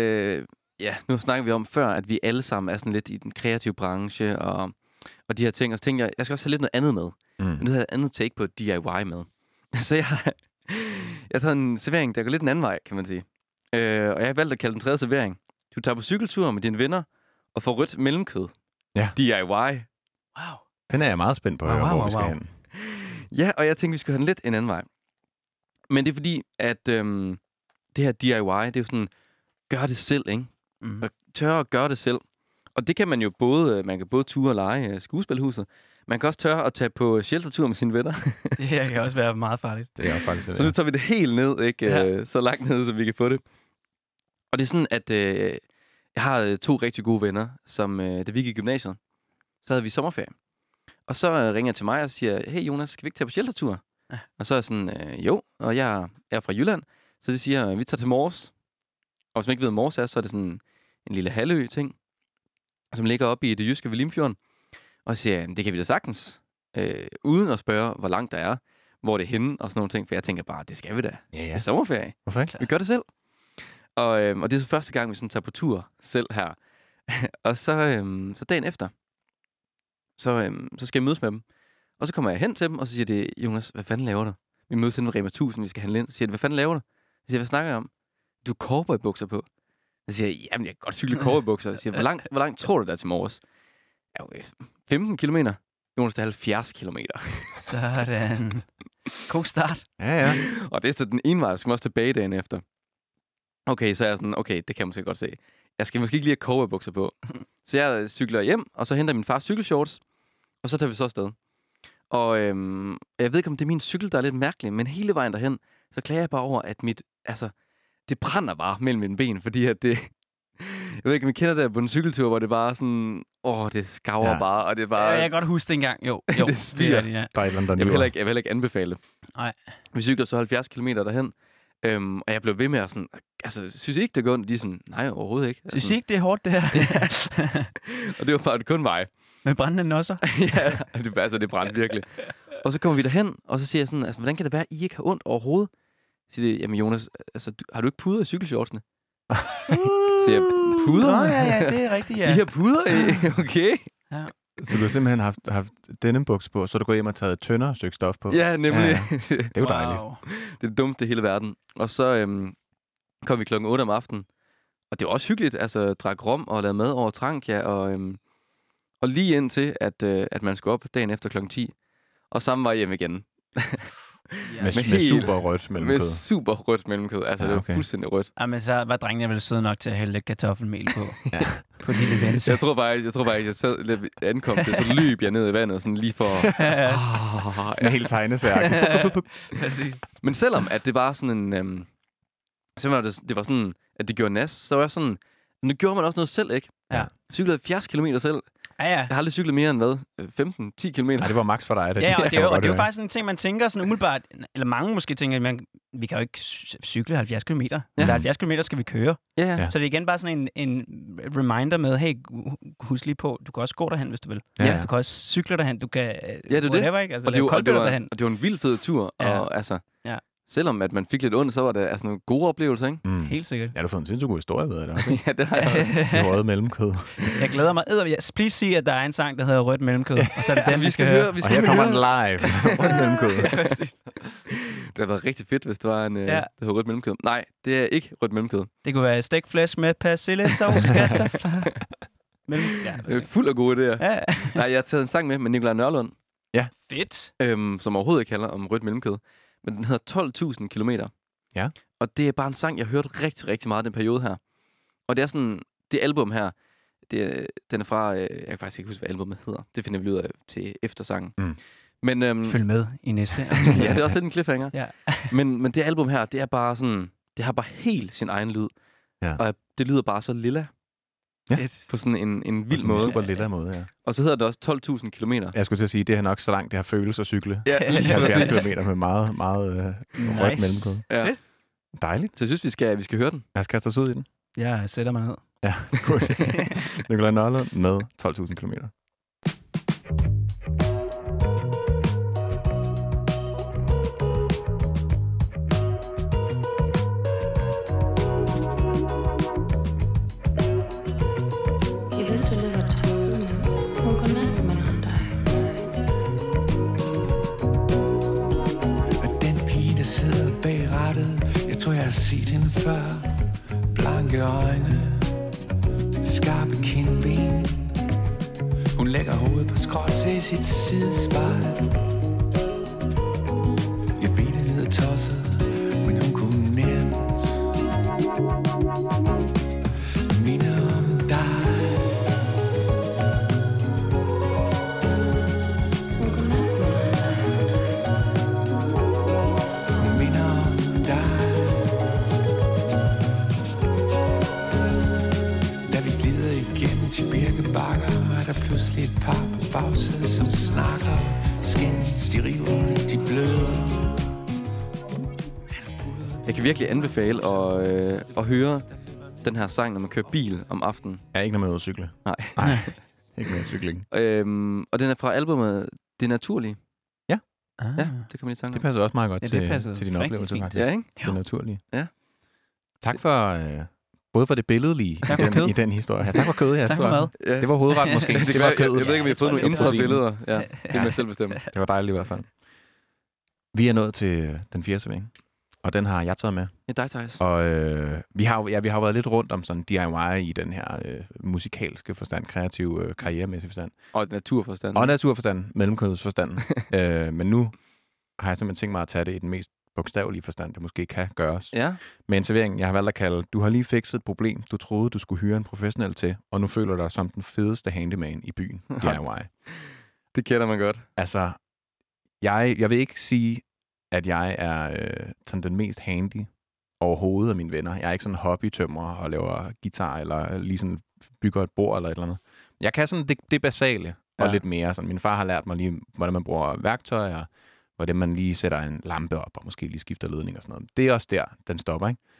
nu snakker vi om før, at vi alle sammen er sådan lidt i den kreative branche, og de her ting. Og så tænker jeg skal også have lidt noget andet med. Men nu har jeg et andet take på DIY med. Så jeg har taget en servering, der går lidt en anden vej, kan man sige. Og jeg har valgt at kalde den tredje servering. Du tager på cykeltur med dine venner, og får rødt mellemkød. Ja. DIY. Wow. Den er jeg meget spændt på, at høre, hvor vi skal hen. Ja, og jeg tænkte, vi skulle have den lidt en anden vej. Men det er fordi, at det her DIY, det er jo sådan, gør det selv, ikke? Mm. Og tør at gøre det selv. Og det kan man jo man kan både ture og lege skuespilhuset. Man kan også tørre at tage på sheltertur med sine venner. Det her kan også være meget farligt. Det er også faktisk Så nu tager vi det helt ned, ikke? Ja. Så langt ned, som vi kan få det. Og det er sådan, at jeg har 2 rigtig gode venner, som da vi gik i gymnasiet, så havde vi sommerferie. Og så ringer jeg til mig og siger, hey Jonas, skal vi ikke tage på sheltertur? Ja. Og så er jeg sådan, jo, og jeg er fra Jylland, så det siger, vi tager til Mors. Og hvis man ikke ved, hvad Mors er, så er det sådan en lille halvø-ting, som ligger oppe i det jyske ved Limfjorden. Og så siger jeg, det kan vi da sagtens, uden at spørge, hvor langt der er, hvor det er henne og sådan nogle ting. For jeg tænker bare, det skal vi da. Ja, Det ja. er sommerferie. Hvorfor ikke? Vi gør det selv. Og det er så første gang, vi sådan tager på tur selv her. Og så dagen efter, så skal jeg mødes med dem. Og så kommer jeg hen til dem, og så siger de, Jonas, hvad fanden laver du? Vi mødes inde ved Rema 1000, vi skal handle ind. Så siger de, hvad fanden laver du? Jeg siger, hvad snakker jeg om? Du har cowboybukser på. Så siger jeg, jamen jeg kan godt cykle cowboybukser. Jeg siger, hvor langt tror du der til Mors? Ja, okay, 15 kilometer. Jonas, det er 70 kilometer. Sådan. God start. Ja, ja. Og det er så den ene vej, så skal man også tilbage dagen efter. Okay, så er jeg sådan, okay, det kan man måske godt se. Jeg skal måske ikke lige have cowboybukser på. Så jeg cykler hjem, og så henter min fars cykelshorts, og så tager vi så afsted. Og jeg ved ikke, om det er min cykel, der er lidt mærkelig, men hele vejen derhen, så klager jeg bare over, at det brænder bare mellem mine ben, fordi at det... Jeg ved ikke, om I kender det på en cykeltur, hvor det bare sådan... det skaver bare, og det er bare... Jeg kan godt huske det engang. Jo, Det sviger. er det, ja. Der er et eller andet, der Jeg vil lyver. heller ikke anbefale det. Nej. Vi cykler så 70 km derhen, og jeg blev ved med at sådan... Altså, synes I ikke, det går ondt? De er sådan, nej, overhovedet ikke. Synes I ikke, det er hårdt, det her? Og det var bare kun vej. Med brændende nosser? Ja, det brændte virkelig. Og så kommer vi derhen, og så siger jeg sådan, altså, hvordan kan det være, at I ikke har ondt overhovedet? Så siger de, jamen Jonas, altså, har du ikke puder i cykelshortsene? Så siger jeg, puder? Nå, ja, det er rigtigt, ja. I har puder i? Okay. Ja. Så du har simpelthen haft denimbuks på, så du går hjem og taget et tyndere stykke stof på. Ja, nemlig. Ja. Det er jo dejligt. Det er det dummeste i hele verden. Og så kom vi klokken 8 om aftenen. Og det var også hyggeligt, altså drak rom og lavede mad over Trankia, og lige indtil, at man skulle op dagen efter klokken 10. Og samme var hjem igen. Ja. Med helt- super rødt Med mellemkød. super rødt mellemkød. Altså, Ja, det var okay. fuldstændig rødt. Jamen, så var drengene vel søde nok til at hælde lidt kartoffelmel på. Ja. På lille vense. Jeg tror bare, jeg sad lidt ankom til, så løb jeg ned i vandet, sådan lige for... Med helt tegnesærk. Præcis. Men selvom at det var sådan en... selvom det var sådan, at det gjorde nas, så var jeg sådan... Nu gjorde man også noget selv, ikke? Ja. Jeg cyklede 70 kilometer selv. Ja, ja. Jeg har aldrig cyklet mere end, hvad? 15-10 kilometer. Nej, det var max for dig. Ja, og det kan er jo, man og det er jo godt høre. faktisk en ting, man tænker sådan umiddelbart, eller mange måske tænker, at vi kan jo ikke cykle 70 km. Hvis Ja. der er 70 km, skal vi køre. Ja. Ja. Så det er igen bare sådan en reminder med, hey, husk lige på, du kan også gå derhen, hvis du vil. Ja. Du kan også cykle derhen, du kan det er det. whatever, ikke? Altså, Og det, lave var, og, det koldbøtter var, derhen. og det var en vild fed tur. Ja. Og altså... Ja. Selvom at man fik lidt ondt, så var det altså nogle gode oplevelser, ikke? Mm. Helt sikkert. Ja, du har fået en sindssygt god historie ved det også. Ja, det har jeg også. Det røde mellemkød. Jeg glæder mig. Please sige, at der er en sang, der hedder Rødt Mellemkød, og så er det den, vi skal høre. Vi Og skal her kommer den høre. live. Rødt mellemkød. Præcis. Det har været rigtig fedt, hvis det var en Ja. det hedder rødt mellemkød. Nej, det er ikke rødt mellemkød. Det kunne være stegt flæsk med persillesauce, kartofler. Fuld af gode idéer. Ja. Nej, jeg har taget en sang med Nikolaj Nørlund, Fedt. som overhovedet ikke handler om rødt mellemkød. Men den hedder 12.000 kilometer. Ja. Og det er bare en sang, jeg har hørt rigtig, rigtig meget i den periode her. Og det er sådan, det album her, den er fra, jeg kan faktisk ikke huske, hvad albumet hedder. Det finder vi ud af til eftersangen. Mm. Men, Følg med i næste. ja, det er også lidt en cliffhanger. Ja. men det album her, det er bare sådan, det har bare helt sin egen lyd. Ja. Og det lyder bare så lilla. Ja. På sådan en vild På måde. en super lille måde, ja. Og så hedder det også 12.000 kilometer. Jeg skulle til at sige, det er nok så langt, det har føles at cykle. Ja, lige 70 præcis. kilometer med meget, meget rødt mellemkode. Ja. Dejligt. Så jeg synes, vi skal høre den. Lad os kaste os ud i den. Jeg sætter mig ned. Ja, godt. Nikolaj Nørlund med 12.000 kilometer. Jeg ved, det lyder tosset, men hun går ned med ham dig. Og den pige, der sidder bag rattet, jeg tror, jeg har set hende før. Blanke øjne, skarpe kindben. Hun lægger hovedet på skrås i sit sidespejl. Jeg ved, det lyder tosset, men hun kunne nemt minde om dig. Hun går ned med ham dig. Hun minder om dig. Da vi glider igennem til Birkebakker, er der pludselig et par på bagsædet, som snakker. Skændes, de river, de bløder. Jeg kan virkelig anbefale at høre den her sang, når man kører bil om aftenen. Ja, ikke når man er ude at cykle. Nej. Ikke noget cykling. Og den er fra albumet Det Naturlige. Ja. Ja, det kan man lige tænke Det passer også meget godt Ja, det passede til din rigtig oplevelse, fint. faktisk. Ja, ikke? Det naturlige. Ja. Tak for... både for det billedlige Tak for kød. i den historie. Ja, tak for kød, ja. Tak for mad. Ja. Det var hovedret måske. Det Det var kødet. jeg ved ikke, om vi har fået nogle indre protein. billeder. Ja, det må jeg selv bestemme. Det var dejligt i hvert fald. Vi er nået til den 4. servering, og den har jeg taget med. Ja, dig, Thijs. Og vi har været lidt rundt om sådan DIY i den her musikalske forstand, kreativ, karrieremæssig forstand. Og naturforstand. Og naturforstand, mellemkødsforstand. Men nu har jeg simpelthen tænkt mig at tage det i den mest bogstavelige forstand, det måske kan gøres. Ja, Med en servering, jeg har valgt at kalde, du har lige fikset et problem, du troede, du skulle hyre en professionel til, og nu føler du dig som den fedeste handyman i byen. DIY. det kender man godt. Altså, jeg vil ikke sige, at jeg er sådan den mest handy overhovedet af mine venner. Jeg er ikke sådan en hobbytømrer og laver guitar, eller lige sådan bygger et bord eller et eller andet. Jeg kan sådan det basale, og lidt mere. Sådan, min far har lært mig lige, hvordan man bruger værktøjer, hvordan man lige sætter en lampe op, og måske lige skifter ledning og sådan noget. Det er også der, den stopper, ikke?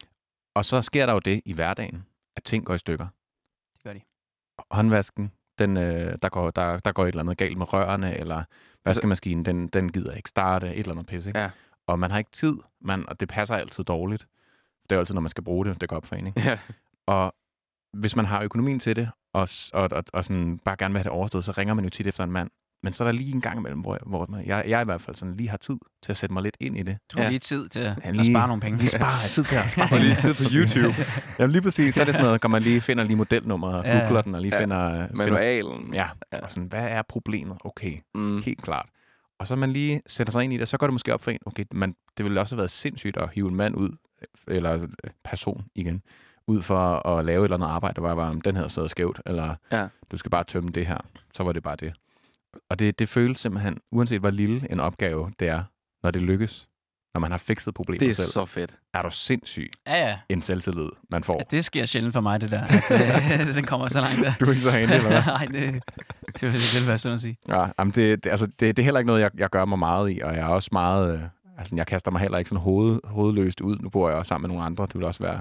Og så sker der jo det i hverdagen, at ting går i stykker. Det gør de. Håndvasken, der går et eller andet galt med rørene, eller vaskemaskinen, den gider ikke starte, et eller andet pisse, ikke? Ja. Og man har ikke tid, og det passer altid dårligt. Det er jo altid, når man skal bruge det går op for en, ikke? Ja. Og hvis man har økonomien til det, og sådan bare gerne vil have det overstået, så ringer man jo tit efter en mand. Men så er der lige en gang imellem, hvor jeg i hvert fald sådan lige har tid til at sætte mig lidt ind i det. Jeg tror lige tid til at lige spare nogle penge. Lige spare tid til at spare Og lige sidde på YouTube. Jamen lige præcis, så er det sådan noget, går man lige finder lige modelnummeret, googler den og lige finder manualen. Ja, og sådan, hvad er problemet? Okay, Mm. helt klart. Og så man lige sætter sig ind i det, så går det måske op for en, okay, det ville også have været sindssygt at hive en mand ud, eller person igen, ud for at lave et eller andet arbejde, der var den her sidder skævt, eller du skal bare tømme det her. Så var det bare det. Og det føles simpelthen, uanset hvor lille en opgave det er, når det lykkes, når man har fikset problemet selv. Det er så fedt. Er du sindssyg Ja. en selvtillid, man får. Ja, det sker sjældent for mig, det der. At, den kommer så langt der. Du er ikke så handy, eller hvad? Nej, det vil være sådan at sige. Ja, jamen det er heller ikke noget, jeg gør mig meget i, og jeg er også meget... jeg kaster mig heller ikke sådan hovedløst ud. Nu bor jeg også sammen med nogle andre. Det vil også være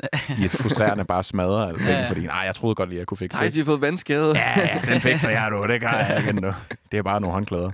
i et frustrerende bare smadre eller ting, fordi jeg troede godt lige, at jeg kunne fikse det. Nej, vi har fået vandskade. Ja, den fikser jeg nu. Det kan jeg ikke endnu. Det er bare nogle håndklæder.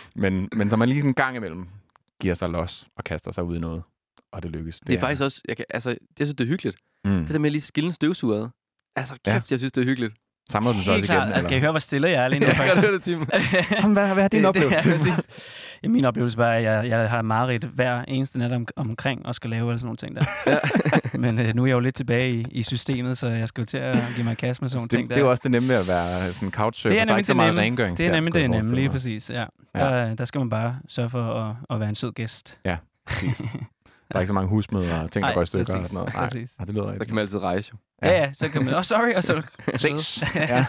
Men så man lige sådan en gang imellem giver sig los og kaster sig ud i noget, og det lykkes. Det er faktisk også... Jeg synes, det er hyggeligt. Det der med lige skille en støvsuger ad. Altså, kæft, jeg synes, det er hyggeligt. Samler du så også igen? Altså, skal jeg høre, hvor stille jeg er lige nu? Jeg kan høre det, Tim. Hvad er din oplevelse? Ja, min oplevelse var, at jeg har mareridt hver eneste nat omkring og skal lave alle sådan nogle ting der. Men nu er jeg jo lidt tilbage i systemet, så jeg skal jo til at give mig kast med sådan nogle ting der. Det er jo også det nemme ved at være sådan couchsurfer. Der er ikke så meget rengøring. Det er nemlig lige præcis, ja. Der skal man bare sørge for at være en sød gæst. Ja, præcis. Der er ikke så mange husmøder og ting, der går i stykker. Og sådan noget. Præcis. Nej, det lyder rigtigt. Der kan man altid rejse jo. Ja, så kan man... sorry, og så... Ses. Ja.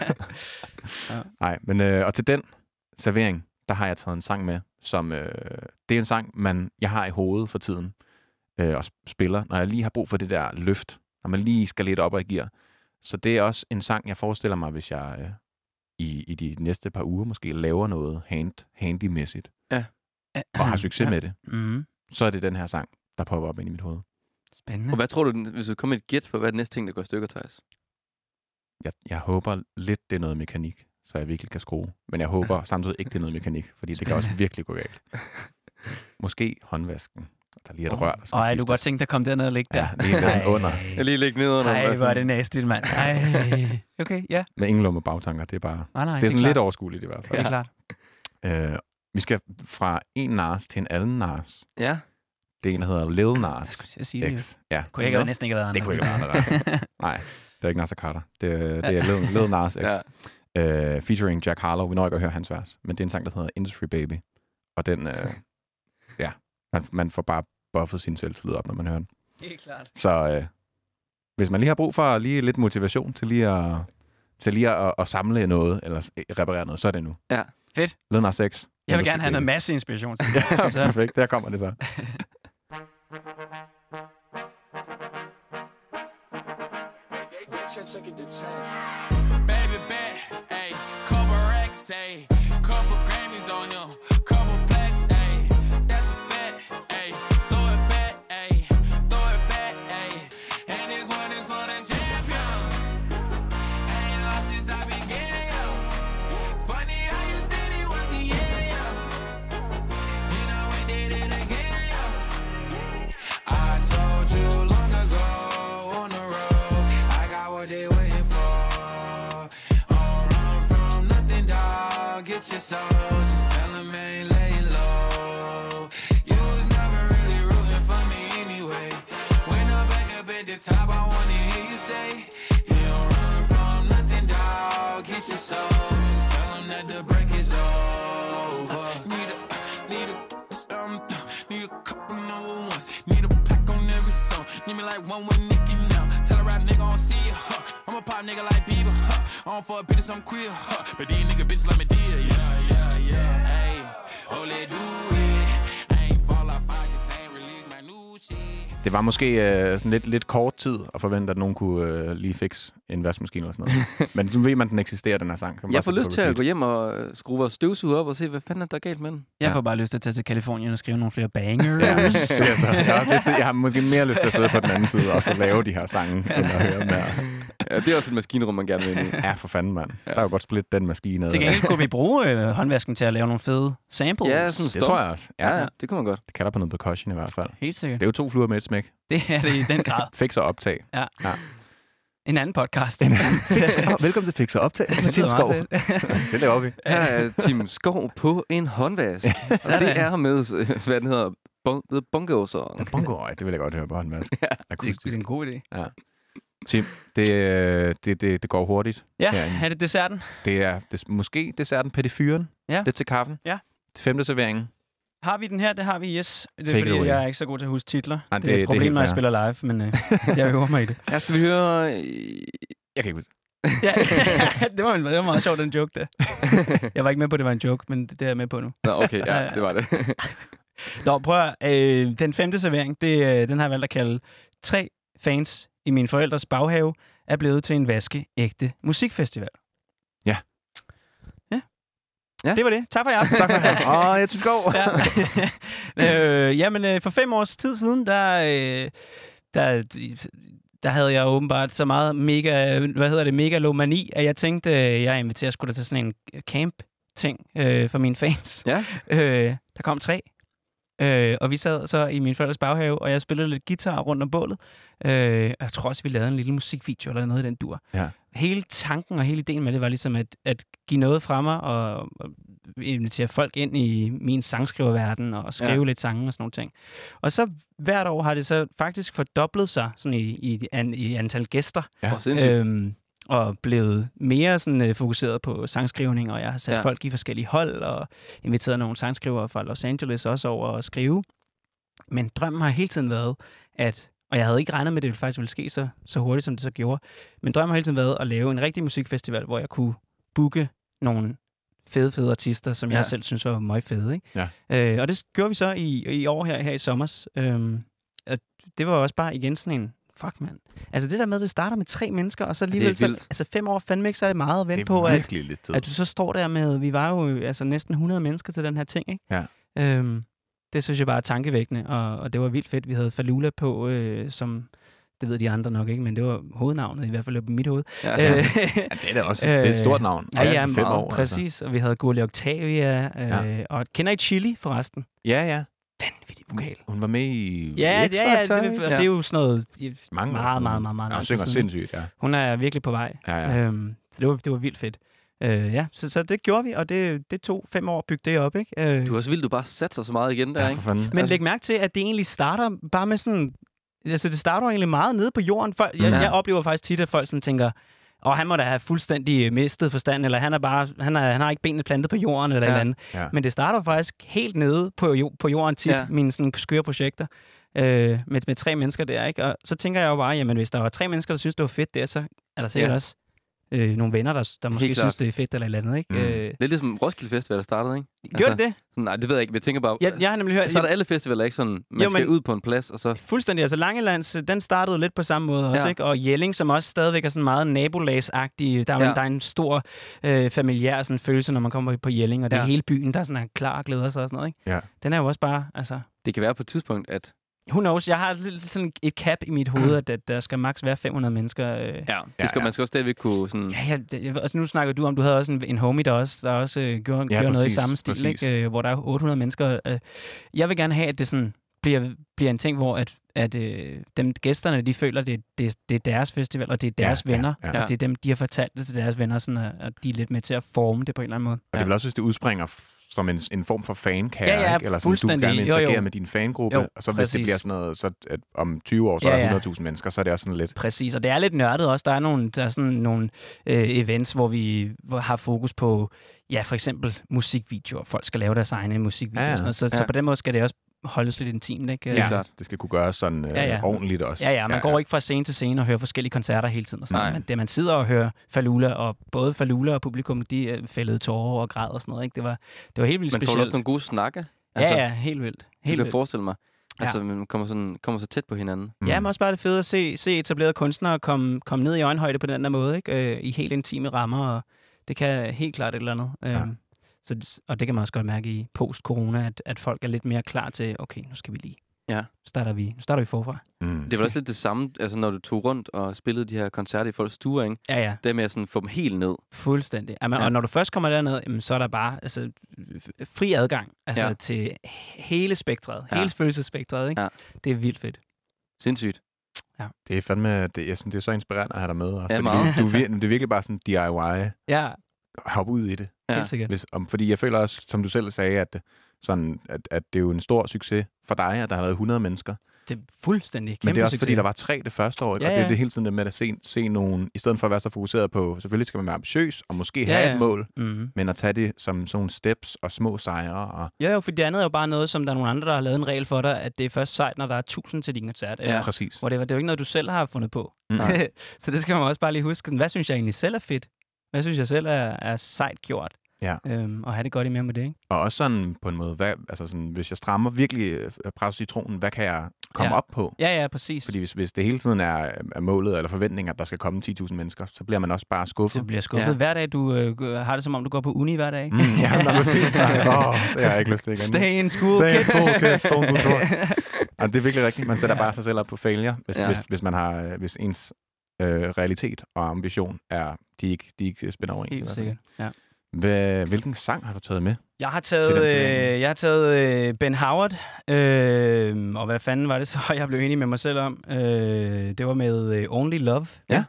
Nej, men og til den servering, der har jeg taget en sang med, som... det er en sang, jeg har i hovedet for tiden og spiller, når jeg lige har brug for det der løft. Når man lige skal lidt op og i gear, Så det er også en sang, jeg forestiller mig, hvis jeg i de næste par uger måske laver noget handy-mæssigt. Ja. Og har succes med det. Mm. Så er det den her sang, der popper op ind i mit hoved. Spændende. Og hvad tror du, hvis du kommer med et gæt på, hvad er det næste ting, der går i stykker, Thijs? Jeg håber lidt, det er noget mekanik, så jeg virkelig kan skrue. Men jeg håber samtidig ikke, det er noget mekanik, fordi det kan også virkelig gå galt. Måske håndvasken. Der lige er et rør, der skal Ej, du skiftes. kunne godt tænke dig at komme derned og ligge der. Ja, lige den under. Jeg lige lægge ned under. Ej, hvor er det næstigt, mand. Ej, okay, ja. Med ingen lumme bagtanker. Det er bare... Nej, det er sådan lidt overskueligt i hvert fald. Det er klart. Vi skal fra en Nas til en anden Nas. Ja. Det er en, der hedder Lil Nas Jeg sige det. X. Ja. Kunne ikke næsten ikke have været Det kunne ikke være andre. Nej, det er ikke Nasser Carter. Det er Lil Nas X. Ja. Featuring Jack Harlow. Vi når ikke at høre hans vers. Men det er en sang, der hedder Industry Baby. Og den... ja, man får bare buffet sin selvtillid op, når man hører den. Helt klart. Så hvis man lige har brug for lige lidt motivation til lige at samle noget, eller reparere noget, så er det nu. Ja. Fedt. Lil Nas X. Jeg vil gerne have noget masse inspiration til det. Ja, perfekt. Der kommer det så. Baby bet, ayy, couple racks, ayy, couple Grammys on him, couple plaques, ayy, that's a fact, ayy, throw it back, ayy, and this one is for the champion. Ain't lost since I began, yo. Funny how you said it was the year, yo. Then I went did it again, yo. I told you long ago on the road, I got what they waiting for. Get your soul, just tell him I ain't laying low. You was never really rooting for me anyway. When I'm back up at the top, I wanna hear you say, you don't run from nothing, dog. Get your soul, just tell him that the break is over. Need a couple number ones. Need a plaque on every song. Need me like one with Nicki now. Tell a rap nigga I don't see you, huh? I'm a pop nigga like Bieber, huh? I don't fuck bitches, I'm queer, huh? But these nigga bitches like me dear, yeah, ayy. Oh, let do it. I ain't fall off, I just ain't release my new shit. Det var måske sådan lidt kort tid at forvente, at nogen kunne lige fikse en vaskemaskine eller sådan noget. Men så ved man, at den eksisterer, den her sang. Jeg får lyst til at gå hjem og skrue vores støvsuger op og se, hvad fanden er der galt med den. Jeg får bare lyst til at tage til Kalifornien og skrive nogle flere bangers. Ja, altså, jeg har måske mere lyst til at sidde på den anden side og så lave de her sange, end at høre dem her. Ja, det er også et maskinrum, man gerne vil ind i. Ja, for fanden, mand. Ja. Der er jo godt splitte den maskine. Til gengæld kunne vi bruge håndvasken til at lave nogle fede samples. Ja, sådan det tror jeg også. Ja, det kunne man godt. Det kalder på noget percussion i hvert fald. Helt sikkert. Det er jo 2 fluer med et smæk. Det er det i den grad. Fix og optag. Ja. En anden podcast. Velkommen til Fix og optag med Tim Skov. Det laver vi. Her er Tim Skov på en håndvask. Og det er med, hvad den hedder, Bongo-song. Bongo, det vil jeg godt høre på håndvask. Ja, det er en god idé. Ja. Tim, det går hurtigt. Ja, herinde. Er det desserten? Det er måske desserten pettifyren. Ja. Lidt til kaffen. Ja. Til 5. serveringen. Har vi den her? Det har vi, yes. Det er fordi, jeg er ikke så god til at huske titler. Nej, det er et problem, når jeg spiller live, men jeg øver mig i det. Ja, skal vi høre... Jeg kan ikke huske ja, det var meget sjovt, den joke der. Jeg var ikke med på, at det var en joke, men det er jeg med på nu. Nå, okay, ja, det var det. Nå, prøv den 5. servering, den har jeg valgt at kalde 3 fans i min forældres baghave er blevet til en vaskeægte musikfestival. Ja. Ja, det var det. Tak for jer. Tak for jer. Jeg synes gå. Jamen, for 5 års tid siden, der havde jeg åbenbart så meget megalomani, at jeg tænkte, jeg inviterer sgu da til sådan en camp-ting for mine fans. Ja. Der kom 3. Og vi sad så i min forældres baghave, og jeg spillede lidt guitar rundt om bålet. Jeg tror også, vi lavede en lille musikvideo eller noget i den dur. Ja. Hele tanken og hele ideen med det var ligesom at give noget fra mig og invitere folk ind i min sangskriververden og skrive lidt sange og sådan nogle ting. Og så hvert år har det så faktisk fordoblet sig sådan i antal gæster. Ja. Og blevet mere sådan, fokuseret på sangskrivning, og jeg har sat folk i forskellige hold og inviteret nogle sangskrivere fra Los Angeles også over at skrive. Men drømmen har hele tiden været, og jeg havde ikke regnet med, at det faktisk ville ske så hurtigt, som det så gjorde, men drømmen har hele tiden været at lave en rigtig musikfestival, hvor jeg kunne booke nogle fede artister, som jeg selv synes var meget fede. Ikke? Ja. Og det gjorde vi så i år her i sommers. Det var også bare igen sådan en fuck, mand. Altså det der med, at det starter med 3 mennesker, og så alligevel, vildt. altså 5 år fandme ikke så er det meget at vente Det er på, virkelig lidt tid. at du så står der med, vi var jo altså næsten 100 mennesker til den her ting, ikke? Ja. Det synes jeg bare er tankevækkende, og det var vildt fedt. Vi havde Falula på, som, det ved de andre nok ikke, men det var hovednavnet, i hvert fald på mit hoved. Ja. Ja, det er da også det er et stort navn. Ja, Også ja, 5 år. præcis. Altså. Og vi havde Gurli Octavia, og kender I Chili forresten? Ja. Vanvittig vokal. Hun var med i Ja, det er jo sådan noget mange meget. Ja, hun synger sindssygt, ja. Hun er virkelig på vej. Ja. Så det var vildt fedt. Så det gjorde vi, og det tog 5 år at bygge det op, ikke? Du er også vildt, du bare satser så meget igen der, Ja, ikke? for fanden. Men læg mærke til, at det egentlig starter bare med sådan... Altså, det starter egentlig meget nede på jorden. Jeg oplever faktisk tit, at folk sådan tænker, han må da have fuldstændig mistet forstand, eller han har ikke benene plantet på jorden, eller et eller andet. Ja. Men det starter faktisk helt nede på jorden tit, mine sådan skøre projekter, med 3 mennesker der, ikke? Og så tænker jeg jo bare, jamen hvis der var 3 mennesker, der synes, det var fedt der, så er der sikkert også nogle venner, der måske synes, det er fedt eller et eller andet, ikke? Det er ligesom Roskilde Festival, der startede, ikke? Gjorde det? Nej, det ved jeg ikke, men jeg tænker bare... Jeg har nemlig hørt... Så er der alle festivaler, ikke sådan, man skal ud på en plads, og så... Fuldstændig, altså Langelands, den startede lidt på samme måde også, ikke? Og Jelling, som også stadigvæk er sådan meget nabolagsagtig, der er en stor familiær sådan, følelse, når man kommer på Jelling, og det er hele byen, der sådan er klar og glæder sig og sådan noget, ikke? Ja. Den er jo også bare, altså... Det kan være på et tidspunkt, at... Who knows? Jeg har sådan et cap i mit hoved, at der skal maks være 500 mennesker. Man skal også stadigvæk kunne sådan... Altså nu snakker du om, du havde også en homie, der også gjorde noget i samme stil, ikke? Hvor der er 800 mennesker. Jeg vil gerne have, at det sådan bliver en ting, hvor at dem gæsterne, de føler, det er deres festival, og det er deres venner, og det er dem, de har fortalt det til deres venner, sådan at de er lidt med til at forme det på en eller anden måde. Og det er vel også, hvis det udspringer som en form for fankære, ikke? Eller sådan, du gerne vil interagere med din fangruppe, og så hvis det bliver sådan noget, så at om 20 år, så er der 100.000 mennesker, så er det også sådan lidt... Præcis, og det er lidt nørdet også. Der er sådan nogle events, hvor vi har fokus på, for eksempel musikvideoer. Folk skal lave deres egne musikvideoer, og sådan noget. Så på den måde skal det også holdes lidt intimt, ikke? Ja, klart. Det skal kunne gøres sådan ordentligt også. Man går ikke fra scene til scene og hører forskellige koncerter hele tiden. Og sådan. Men man sidder og hører Falula, og både Falula og publikum, de fældede tårer og græd og sådan noget, ikke? Det var helt vildt specielt. Man får også nogle gode snakke. Altså, helt vildt. Du kan forestille mig. Altså, man kommer så tæt på hinanden. Ja, men også bare det fede at se etablerede kunstnere komme ned i øjenhøjde på den der måde, ikke? I helt intime rammer, og det kan helt klart et eller andet. Og det kan man også godt mærke i post-corona, at folk er lidt mere klar til, okay, nu skal vi lige. Nu starter vi forfra. Det var også lidt det samme, altså når du tog rundt og spillede de her koncerter i folks stuer, ikke? Ja. Det med at sådan få dem helt ned. Fuldstændig. Og når du først kommer derned, jamen, så er der bare fri adgang til hele spektret, hele følelsesspektret, ikke? Ja. Det er vildt fedt. Sindssygt. Ja. Det er fandme, jeg synes, det er så inspirerende at have dig med. Og ja, meget. Det er virkelig bare sådan DIY. Ja. Hop ud i det. Ja. Helt sikkert. Fordi jeg føler også, som du selv sagde, at det er jo en stor succes for dig, at der har været 100 mennesker. Det er fuldstændig kæmpe. Men det er også succes. fordi, der var 3 det første år, ikke? Og det er det hele tiden det med at se nogen, i stedet for at være så fokuseret på, selvfølgelig skal man være ambitiøs og måske have et mål, men at tage det som sådan nogle steps og små sejre. Og... Ja, for det andet er jo bare noget, som der er nogle andre, der har lavet en regel for dig, at det er først sejt, når der er 1000 til din koncert. Ja, præcis. Hvor det er jo ikke noget, du selv har fundet på. Så det skal man også bare lige huske. Hvad synes jeg egentlig selv er fedt? Hvad synes jeg selv er sejt gjort? Ja. Og have det godt i mere med det, ikke? Og også sådan på en måde, hvis jeg strammer virkelig presser citronen, hvad kan jeg komme op på? Ja, præcis. Fordi hvis det hele tiden er målet eller forventninger, at der skal komme 10.000 mennesker, så bliver man også bare skuffet. Så bliver skuffet. Hver dag, du har det som om, du går på uni hver dag. Ja, præcis. Det har jeg ikke lyst til igen. Stay in school, kids. Don't do drugs. Det er virkelig rigtigt. Man sætter bare sig selv op på failure, hvis ens realitet og ambition er, de ikke spænder over en. Helt sikkert, ja. Hvilken sang har du taget med? Jeg har taget Ben Howard, og hvad fanden var det så, jeg blev enig med mig selv om? Det var med Only Love. Ja.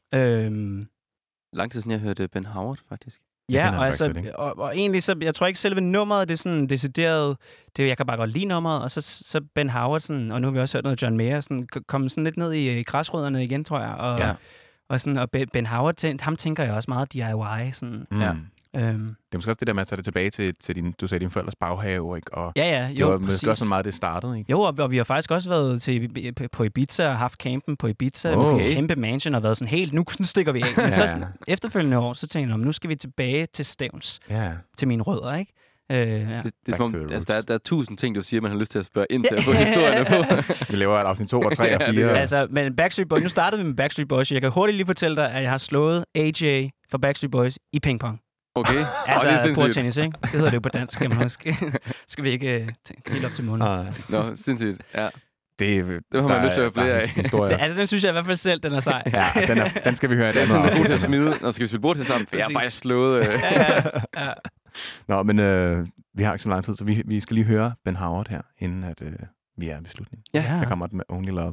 Lang tid siden jeg hørte Ben Howard, faktisk. Ja, og egentlig så, jeg tror ikke selve nummeret, det er sådan decideret, jeg kan bare godt lide nummeret, og så Ben Howard, sådan, og nu har vi også hørt noget John Mayer, sådan, kom sådan lidt ned i græsrødderne igen, tror jeg, og Ben Howard, ham tænker jeg også meget DIY, sådan. Det er måske også det der med at tage det tilbage til du sagde din forældres baghave, ikke? Og det var måske også så meget, det startede, ikke? Jo, og vi har faktisk også været på Ibiza og haft campen på Ibiza med sådan en kæmpe mansion og været sådan helt, nu stikker vi af. Men så sådan, efterfølgende år, så tænkte jeg, nu skal vi tilbage til Stevns, til mine rødder, ikke? Det er som om, altså, der er 1000 ting, du siger, man har lyst til at spørge ind til at få historierne på. Vi laver et afsnit 2 og 3 og 4. Altså, men Backstreet Boys, nu startede vi med Backstreet Boys. Jeg kan hurtigt lige fortælle dig, at jeg har slået AJ fra Backstreet Boys i pingpong. Okay. Altså, det er sindssygt. bordtennis, ikke? Det hedder det jo på dansk, kan man huske. Skal vi ikke tænke helt op til munden? Nå, sindssygt. Ja. Det har man lyst til at høre flere af. Altså, den synes jeg i hvert fald selv, den er sej. Ja, den skal vi høre et andet afsnit. Det er sådan, at til at smide. Nå, skal vi spille bord til sammen? For jeg har bare slået... Ja. Nå, men vi har ikke så lang tid, så vi skal lige høre Ben Howard her, inden at vi er ved slutningen. Ja. Jeg kommer med Only Love.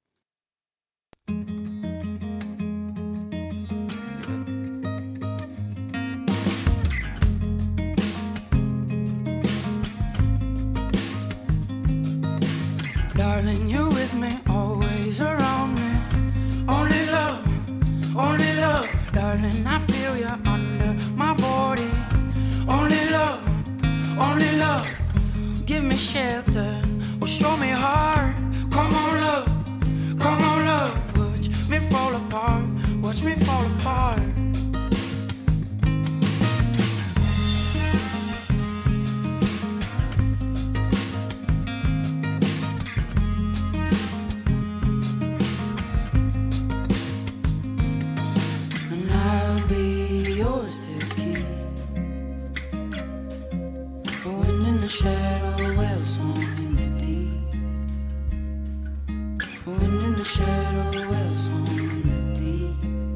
Darling, you're with me, always around me. Only love, darling, I feel you under my body. Only love, give me shelter, or show me heart. Come on, love, watch me fall apart, watch me fall apart. Shadow well song in the deep. Wind in the shadow well song in the deep.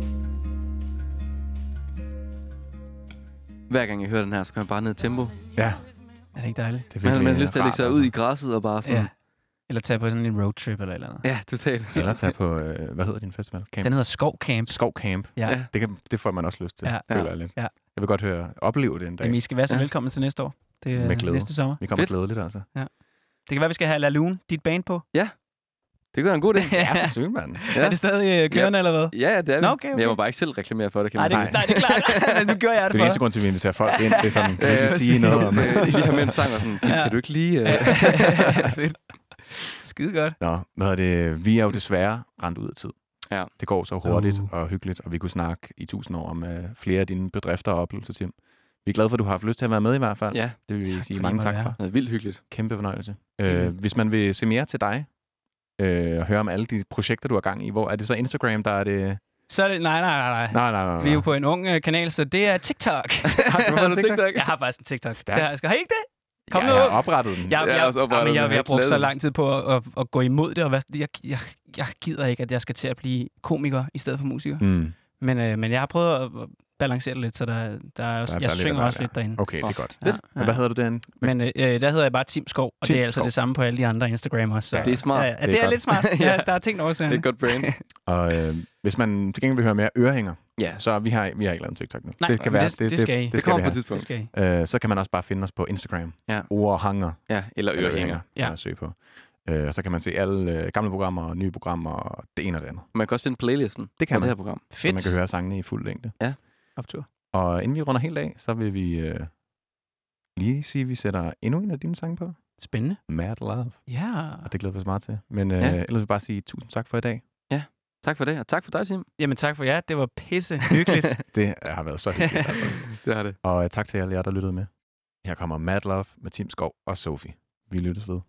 Hver gang jeg hører den her, så kan jeg bare ned i tempo. Ja. Er det ikke dejligt? Det er man har lyst til at lægge sig ud i græsset og bare sådan... Ja. Eller tage på sådan en roadtrip eller et eller andet. Ja, totalt. Eller tage på, hvad hedder din festival? Camp. Den hedder Skovcamp. Skovcamp. Ja. Det får man også lyst til, føler jeg lidt. Ja. Jeg vil godt opleve det en dag. Jamen, I skal være så velkommen til næste år. Det er næste sommer. Vi kommer glædeligt, altså. Ja. Det kan være, vi skal have La Lune, dit band på. Ja. Det gør en god idé. Ja, for sygt, mand. Ja. Er det stadig kørende, eller hvad? Ja, det er vi. Okay. Men jeg må bare ikke selv reklamere for det, kan man sige. Nej, det er klart. Men du gør jeg det for. Det er den eneste grund til, at vi inviterer folk ind. Det er sådan, kan du sige noget om det? Lige har med en sang og sådan, kan du ikke lige... Fedt. Skide godt. Nå, hvad er det? Vi er jo desværre rendt ud af tid. Ja. Det går så hurtigt og hyggeligt, og vi kunne snakke i 1000 år om flere af dine bedrifter og oplevelser, Tim. Vi er glade for, at du har haft lyst til at være med i hvert fald. Ja. Det vil vi sige mange tak for. Det er vildt hyggeligt. Kæmpe fornøjelse. Hvis man vil se mere til dig, og høre om alle de projekter, du har gang i, hvor er det så Instagram, der er det... Så er det... Nej. Vi er jo på en ung kanal, så det er TikTok. Har du TikTok? Jeg har faktisk en TikTok. Stærkt. Har I ikke det? Kom nu. Jeg har oprettet den. Jeg har brugt så lang tid på at gå imod det, og jeg gider ikke, at jeg skal til at blive komiker i stedet for musiker. Men jeg har prøvet at balancere det lidt, så jeg synger også lidt derinde. Okay, det er godt. Ja. Hvad hedder du derinde? Men der hedder jeg bare Tim Skov, og det er altså det samme på alle de andre Instagram også. Så. Det er smart. Ja, det er lidt smart. Ja, der er ting over sig. Det er et godt brand. Og hvis man til gengæld vil høre mere ørehænger, så vi har ikke lavet en TikTok nu. Nej, det skal være, det skal I. Det kommer på et tidspunkt. Så kan man også bare finde os på Instagram. Ja. Ordhanger. Ja, eller ørehænger. Ja. Søge på. Og så kan man se alle gamle programmer og nye programmer og det ene og det andet. Man kan også finde playlisten det kan på det her program. Fedt. Så man kan høre sangene i fuld længde. Ja. Optur. Og inden vi runder helt af, så vil vi lige sige, at vi sætter endnu en af dine sange på. Spændende. Mad Love. Ja. Og det glæder vi os meget til. Men ellers vil jeg bare sige tusind tak for i dag. Ja, tak for det. Og tak for dig, Tim. Jamen tak for jer. Det var pisse hyggeligt. Det har været så hyggeligt. Altså. Det har det. Og tak til alle jer, der lyttede med. Her kommer Mad Love med Tim Skov og Sofie. Vi lyttes ved.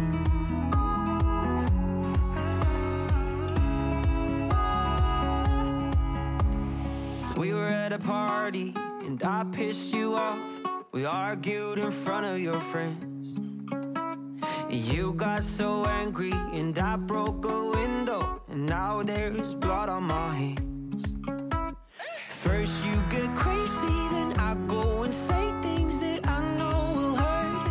We were at a party and I pissed you off. We argued in front of your friends. You got so angry and I broke a window, and now there's blood on my hands. First you get crazy, then I go and say things that I know will hurt.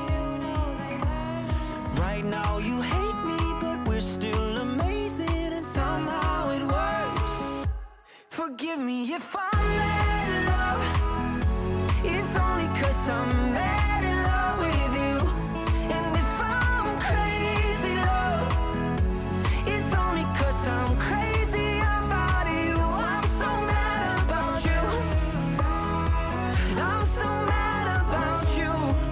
Right now you hate me, but we're still amazing, and somehow it works. Forgive me if I'm mad in love. It's only 'cause I'm mad in love with you. And if I'm crazy, love, it's only 'cause I'm crazy about you. I'm so mad about you. I'm so mad about you.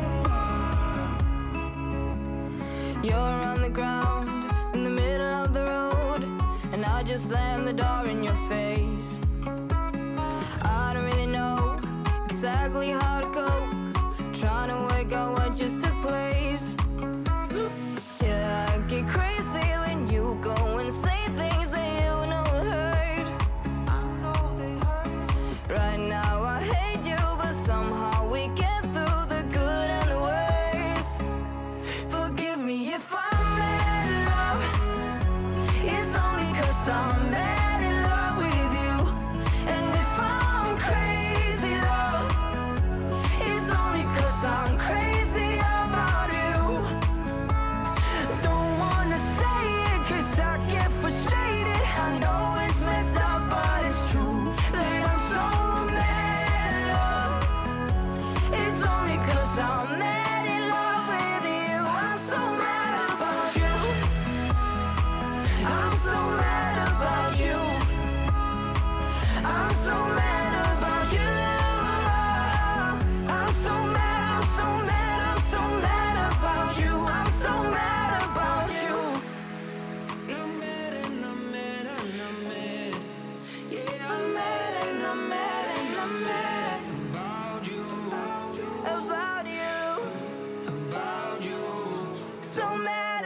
You're on the ground in the middle of the road, and I just slammed the door in your face. I don't really know exactly how to cope, trying to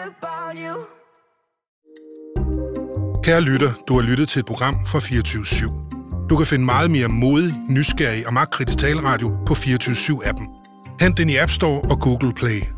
about you. Kære lytter, du har lyttet til et program fra 24/7. Du kan finde meget mere modig, nysgerrig og magtkritisk taleradio på 24/7-appen. Hent den i App Store og Google Play.